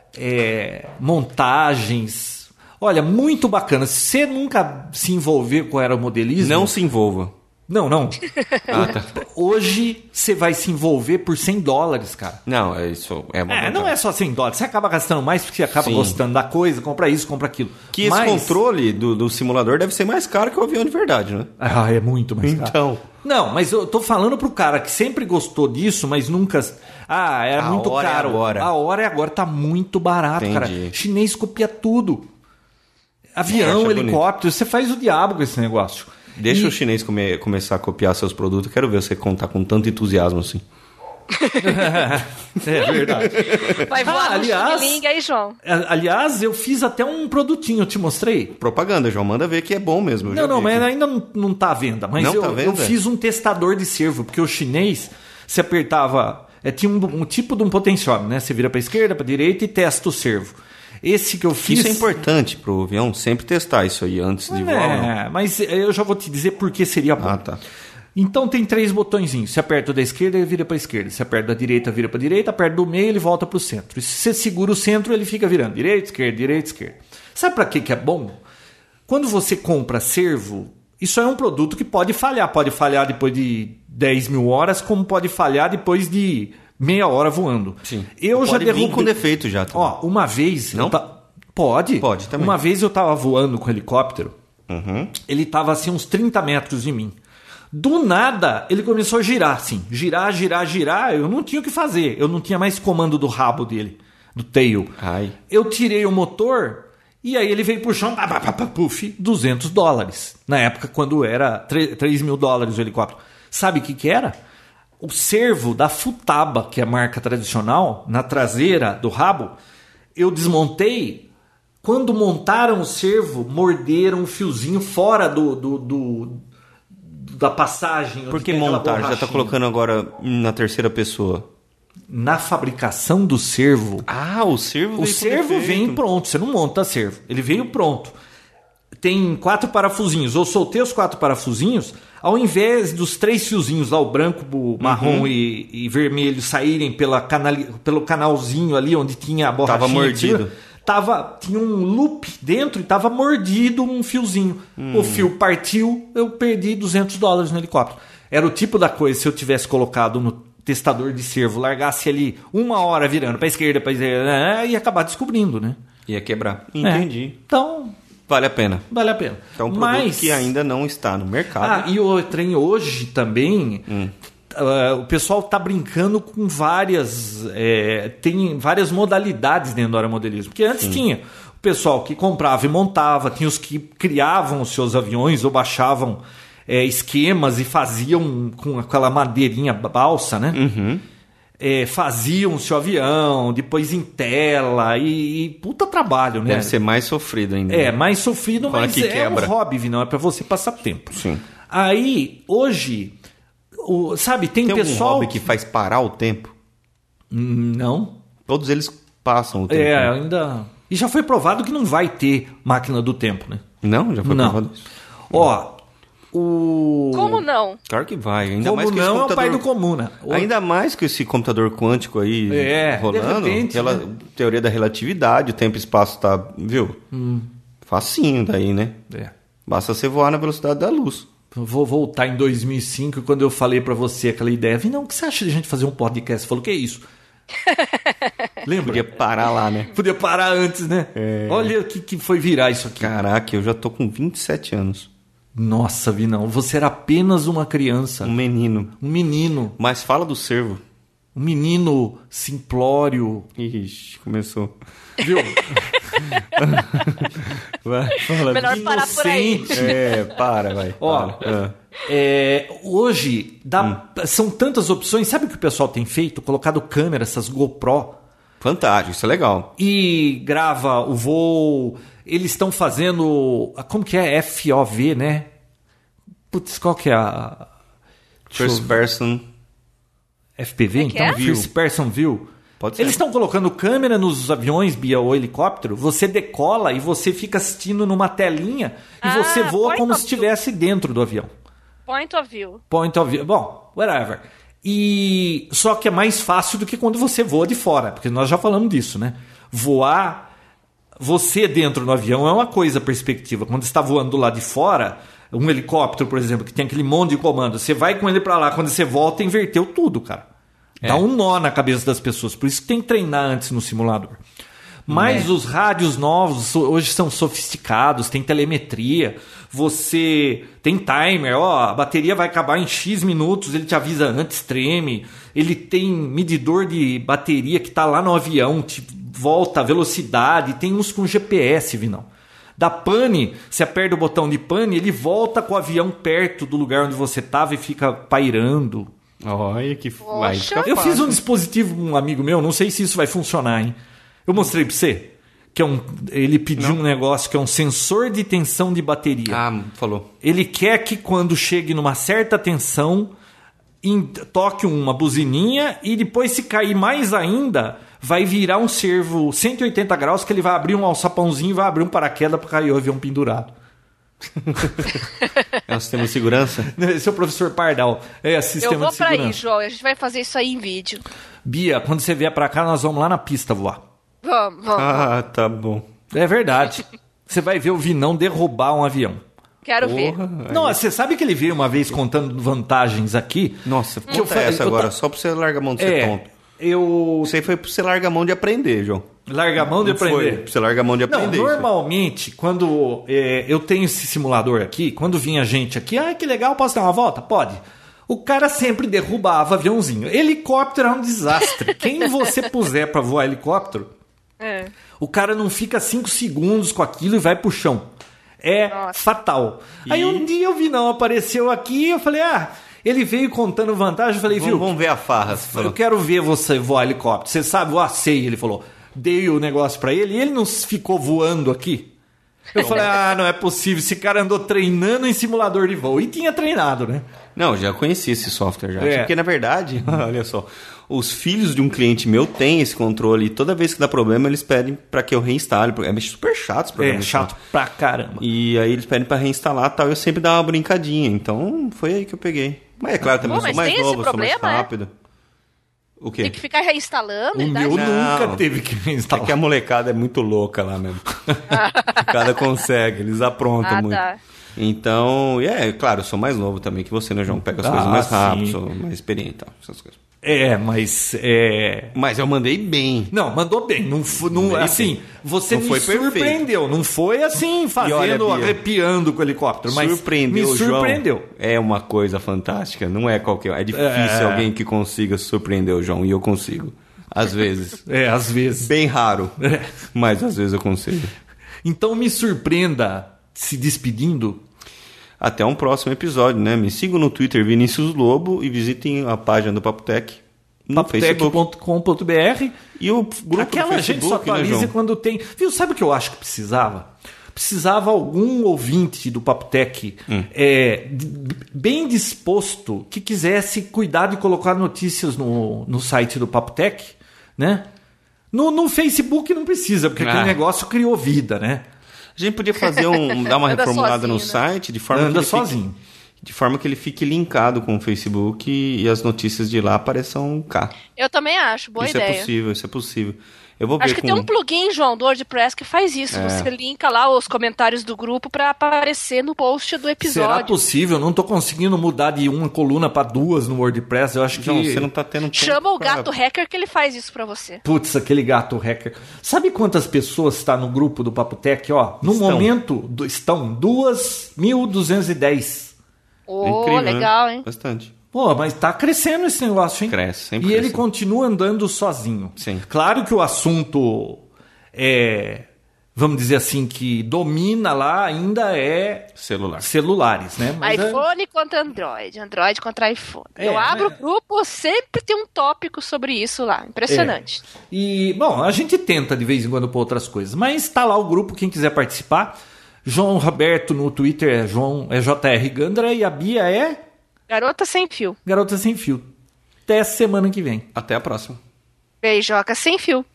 montagens. Olha, muito bacana. Se você nunca se envolver com aeromodelismo... Não se envolva. Não. Hoje você vai se envolver por $100, cara. Não, isso é uma não é só $100. Você acaba gastando mais porque você acaba gostando da coisa, compra isso, compra aquilo. Esse controle do simulador deve ser mais caro que o avião de verdade, né? É muito mais caro. Então... Não, mas eu tô falando pro cara que sempre gostou disso, mas nunca... era muito caro. A hora é agora, tá muito barato, cara. Chinês copia tudo. Avião, helicóptero, você faz o diabo com esse negócio. Deixa o chinês começar a copiar seus produtos. Quero ver você contar com tanto entusiasmo assim. É verdade. Vai voar no Xing aí, João. Aliás, eu fiz até um produtinho, eu te mostrei. Propaganda, João. Manda ver que é bom mesmo. Mas ainda não tá à venda. Mas eu fiz um testador de servo, porque o chinês, se apertava... tinha um tipo de um potenciômetro, né? Você vira pra esquerda, pra direita e testa o servo. Esse que eu fiz... Isso é importante pro avião, sempre testar isso aí antes de voar. Mas eu já vou te dizer por que seria bom. Tá. Então tem 3 botõezinhos. Você aperta o da esquerda, ele vira para a esquerda. Você aperta da direita, vira para a direita. Aperta do meio, ele volta para o centro. E se você segura o centro, ele fica virando direita, esquerda, direita, esquerda. Sabe para que é bom? Quando você compra servo, isso é um produto que pode falhar. Pode falhar depois de 10 mil horas, como pode falhar depois de meia hora voando. Sim. Eu já derrubei... vir com defeito já. Também. Uma vez... Não? Pode também. Uma vez eu estava voando com helicóptero. Ele estava assim uns 30 metros de mim. Do nada, ele começou a girar, assim. Girar. Eu não tinha o que fazer. Eu não tinha mais comando do rabo dele, do tail. Ai. Eu tirei o motor e aí ele veio pro chão, puf, $200. Na época, quando era $3 mil o helicóptero. Sabe o que era? O servo da Futaba, que é a marca tradicional, na traseira do rabo, eu desmontei. Quando montaram o servo, morderam o fiozinho fora da passagem. Por que montar? Já está colocando agora na terceira pessoa. Na fabricação do servo. Ah, o servo veio. O servo vem pronto, você não monta servo. Ele veio pronto. Tem 4 parafusinhos. Eu soltei os 4 parafusinhos, ao invés dos 3 fiozinhos lá, o branco, o marrom e vermelho, saírem pelo canalzinho ali onde tinha a borrachinha. Tava mordido. Tinha um loop dentro e tava mordido um fiozinho. O fio partiu, eu perdi $200 no helicóptero. Era o tipo da coisa, se eu tivesse colocado no testador de servo, largasse ali 1 hora virando para esquerda, para direita, ia acabar descobrindo, né? Ia quebrar. Entendi. Então, vale a pena. Vale a pena. É um produto que ainda não está no mercado. E o trem hoje também... o pessoal está brincando com várias... tem várias modalidades dentro do aeromodelismo. Porque antes tinha o pessoal que comprava e montava, tinha os que criavam os seus aviões ou baixavam esquemas e faziam com aquela madeirinha balsa, né? Faziam o seu avião, depois em tela e puta trabalho, né? Deve ser mais sofrido ainda. Mais sofrido, mas quebra. Um hobby, não é para você passar tempo. Sim. Aí, hoje... sabe, tem pessoal... Algum hobby que faz parar o tempo? Não. Todos eles passam o tempo. Ainda... E já foi provado que não vai ter máquina do tempo, né? Não? Já foi provado isso? Como não? Claro que vai. Ainda como mais que não, é o pai do comuna. Ainda mais que esse computador quântico aí rolando, pela teoria da relatividade, o tempo e espaço tá, viu? Facinho daí, né? Basta você voar na velocidade da luz. Vou voltar em 2005, quando eu falei pra você aquela ideia. Não, o que você acha de a gente fazer um podcast? Você falou, que é isso? Lembra? Podia parar lá, né? Podia parar antes, né? Olha o que foi virar isso aqui. Caraca, eu já tô com 27 anos. Nossa, Vinão, você era apenas uma criança. Um menino. Mas fala do servo. Um menino simplório. Ixi, começou. Viu? Fala. Melhor parar por aí. Vai. Hoje, são tantas opções. Sabe o que o pessoal tem feito? Colocado câmera, essas GoPro. Fantástico, isso é legal. E grava o voo. Eles estão fazendo... Como que é? FOV, né? Putz, qual que é a... First Person... FPV, então? First Person View. Pode ser. Eles estão colocando câmera nos aviões, ou helicóptero. Você decola e você fica assistindo numa telinha e você voa como se estivesse dentro do avião. Point of view. Bom, whatever. E só que é mais fácil do que quando você voa de fora, porque nós já falamos disso, né? Voar, você dentro do avião é uma coisa, perspectiva. Quando você está voando do lado de fora, um helicóptero, por exemplo, que tem aquele monte de comando, você vai com ele para lá, quando você volta, inverteu tudo, cara. Dá um nó na cabeça das pessoas. Por isso que tem que treinar antes no simulador. Mas os rádios novos hoje são sofisticados, tem telemetria, você tem timer, a bateria vai acabar em X minutos, ele te avisa antes, treme. Ele tem medidor de bateria que está lá no avião, te volta a velocidade, tem uns com GPS, Vinão. Da pane, você aperta o botão de pane, ele volta com o avião perto do lugar onde você estava e fica pairando. Olha que vai. Eu fiz um dispositivo com um amigo meu, não sei se isso vai funcionar, hein? Eu mostrei pra você que ele pediu um negócio que é um sensor de tensão de bateria. Falou. Ele quer que quando chegue numa certa tensão, toque uma buzininha e depois, se cair mais ainda, vai virar um servo 180 graus que ele vai abrir um alçapãozinho e vai abrir um paraquedas para cair o avião pendurado. É um sistema de segurança? Esse é o professor Pardal. Sistema de segurança. Eu vou pra aí, João. A gente vai fazer isso aí em vídeo. Bia, quando você vier pra cá, nós vamos lá na pista voar. Vamos. Tá bom. É verdade. Você vai ver o Vinão derrubar um avião. Quero ver. Não, você sabe que ele veio uma vez contando vantagens aqui? Nossa, conta essa agora, só pra você largar a mão de ser tonto. Isso aí foi pra você largar a mão de aprender, João. Larga a mão de aprender. Você larga a mão de aprender. Não, normalmente, quando eu tenho esse simulador aqui, quando vinha gente aqui, que legal, posso dar uma volta? Pode. O cara sempre derrubava aviãozinho. Helicóptero é um desastre. Quem você puser para voar helicóptero, o cara não fica 5 segundos com aquilo e vai pro chão. Fatal. Aí um dia o Vinão apareceu aqui e eu falei, ele veio contando vantagem. Eu falei, vamos ver a farra. Eu quero ver você voar helicóptero. Você sabe voar? Sei, ele falou. Dei o negócio pra ele e ele não ficou voando aqui. Eu falei, não é possível. Esse cara andou treinando em simulador de voo. E tinha treinado, né? Não, já conheci esse software já. Porque, na verdade, olha só, os filhos de um cliente meu têm esse controle e toda vez que dá problema, eles pedem pra que eu reinstale. É super chato esse programa. É chato pra caramba. E aí eles pedem pra reinstalar e tal. Eu sempre dava uma brincadinha. Então, foi aí que eu peguei. Mas é claro, também sou mais novo, sou mais rápido. O quê? Tem que ficar reinstalando? O meu nunca teve que reinstalar. É que a molecada é muito louca lá mesmo. Cada consegue, eles aprontam muito. Tá. Então, claro, eu sou mais novo também que você, né, João? Pega as coisas mais rápido, sou mais experiente e tal, essas coisas. Mas eu mandei bem. Não, mandou bem. Não assim, você me surpreendeu. Perfeito. Não foi assim, fazendo, arrepiando com o helicóptero. Mas me surpreendeu. João, é uma coisa fantástica. Não é qualquer... É difícil alguém que consiga surpreender o João. E eu consigo. Às vezes. Às vezes. Bem raro. Mas às vezes eu consigo. Então me surpreenda se despedindo. Até um próximo episódio, né? Me sigam no Twitter, Vinícius Lobo, e visitem a página do Papotec no papotec.com.br. E o grupo Aquela do Facebook, gente só atualiza, né, quando tem... Viu, sabe o que eu acho que precisava? Precisava algum ouvinte do Papotec bem disposto, que quisesse cuidar de colocar notícias no site do Papotec, né? No Facebook não precisa, porque aquele negócio criou vida, né? A gente podia fazer dar uma reformulada no site de forma de forma que ele fique linkado com o Facebook e as notícias de lá apareçam cá. Eu também acho, boa ideia. Isso é possível. Eu vou acho que tem um plugin, João, do WordPress que faz isso. Você linka lá os comentários do grupo para aparecer no post do episódio. Será possível? Eu não tô conseguindo mudar de uma coluna para 2 no WordPress. Eu acho que... Não, você não tá tendo tempo. Chama o gato hacker que ele faz isso para você. Putz, aquele gato hacker. Sabe quantas pessoas está no grupo do Papotec? No momento estão 2.210. Incrível, legal, né? Hein? Bastante. Pô, mas tá crescendo esse negócio, hein? Cresce, sempre E cresce. ele continua andando sozinho. Sim. Claro que o assunto vamos dizer assim, que domina lá ainda é celulares, né? Mas iPhone contra Android contra iPhone. Eu abro o grupo, sempre tem um tópico sobre isso lá. Impressionante. E, bom, a gente tenta de vez em quando pôr outras coisas, mas tá lá o grupo, quem quiser participar. João Roberto no Twitter é JR Gandra e a Bia é... Garota Sem Fio. Garota Sem Fio. Até semana que vem. Até a próxima. Beijoca Sem Fio.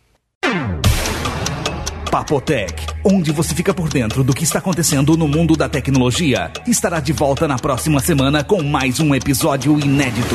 Papotec, onde você fica por dentro do que está acontecendo no mundo da tecnologia, estará de volta na próxima semana com mais um episódio inédito.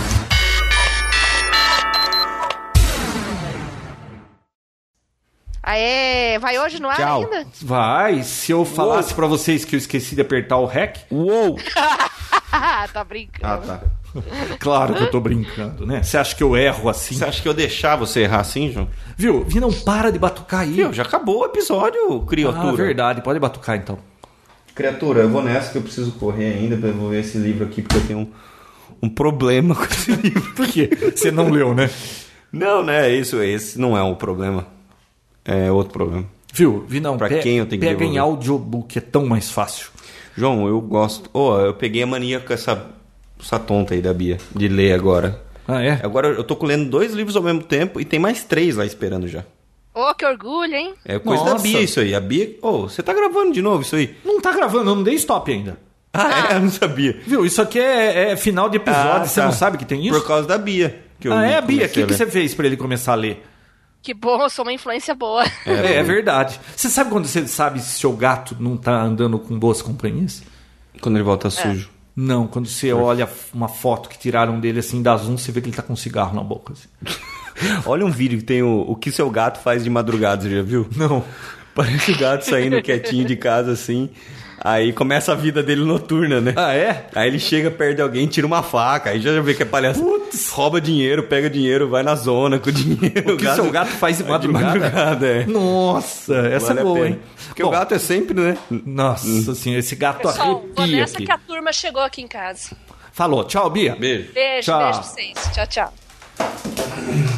Aê, vai hoje no ar ainda? Vai, se eu falasse pra vocês que eu esqueci de apertar o REC. Uou! Tá brincando. Tá. Claro que eu tô brincando, né? Você acha que eu erro assim? Você acha que eu deixar você errar assim, João? Viu? Não para de batucar aí. Viu? Já acabou o episódio, criatura. Verdade. Pode batucar então. Criatura, eu vou nessa que eu preciso correr ainda pra eu ver esse livro aqui, porque eu tenho um problema com esse livro. Por quê? Você não leu, né? Não, né? Esse não é um problema. É outro problema. Viu? Vinão, pra quem eu tenho que pega em audiobook, é tão mais fácil. João, eu gosto... eu peguei a mania com essa tonta aí da Bia, de ler agora. Ah, é? Agora eu tô lendo 2 livros ao mesmo tempo e tem mais 3 lá esperando já. Que orgulho, hein? É coisa da Bia isso aí. A Bia... você tá gravando de novo isso aí? Não tá gravando, eu não dei stop ainda. Eu não sabia. Viu, isso aqui é final de episódio, você não sabe que tem isso? Por causa da Bia. A Bia, o que você fez pra ele começar a ler? Que bom, eu sou uma influência boa. É verdade. Você sabe quando você sabe se seu gato não tá andando com boas companhias? Quando ele volta sujo. Não, quando você olha uma foto que tiraram dele assim, dá zoom, você vê que ele tá com um cigarro na boca. Assim. Olha um vídeo que tem o que seu gato faz de madrugada, você já viu? Não. Parece o gato saindo quietinho de casa assim, Aí começa a vida dele noturna, né? Ah, é? Aí ele chega perto de alguém, tira uma faca, aí já vê que é palhaço. Putz, rouba dinheiro, pega dinheiro, vai na zona com o dinheiro. O que seu gato faz de madrugada? É. Nossa, essa vale é boa, hein? Porque o gato é sempre, né? Nossa senhora, esse gato Pessoal, vou arrepia nessa aqui. que a turma chegou aqui em casa. Falou, tchau, Bia. Beijo. Beijo, Tchau. beijo pra vocês. Tchau, tchau.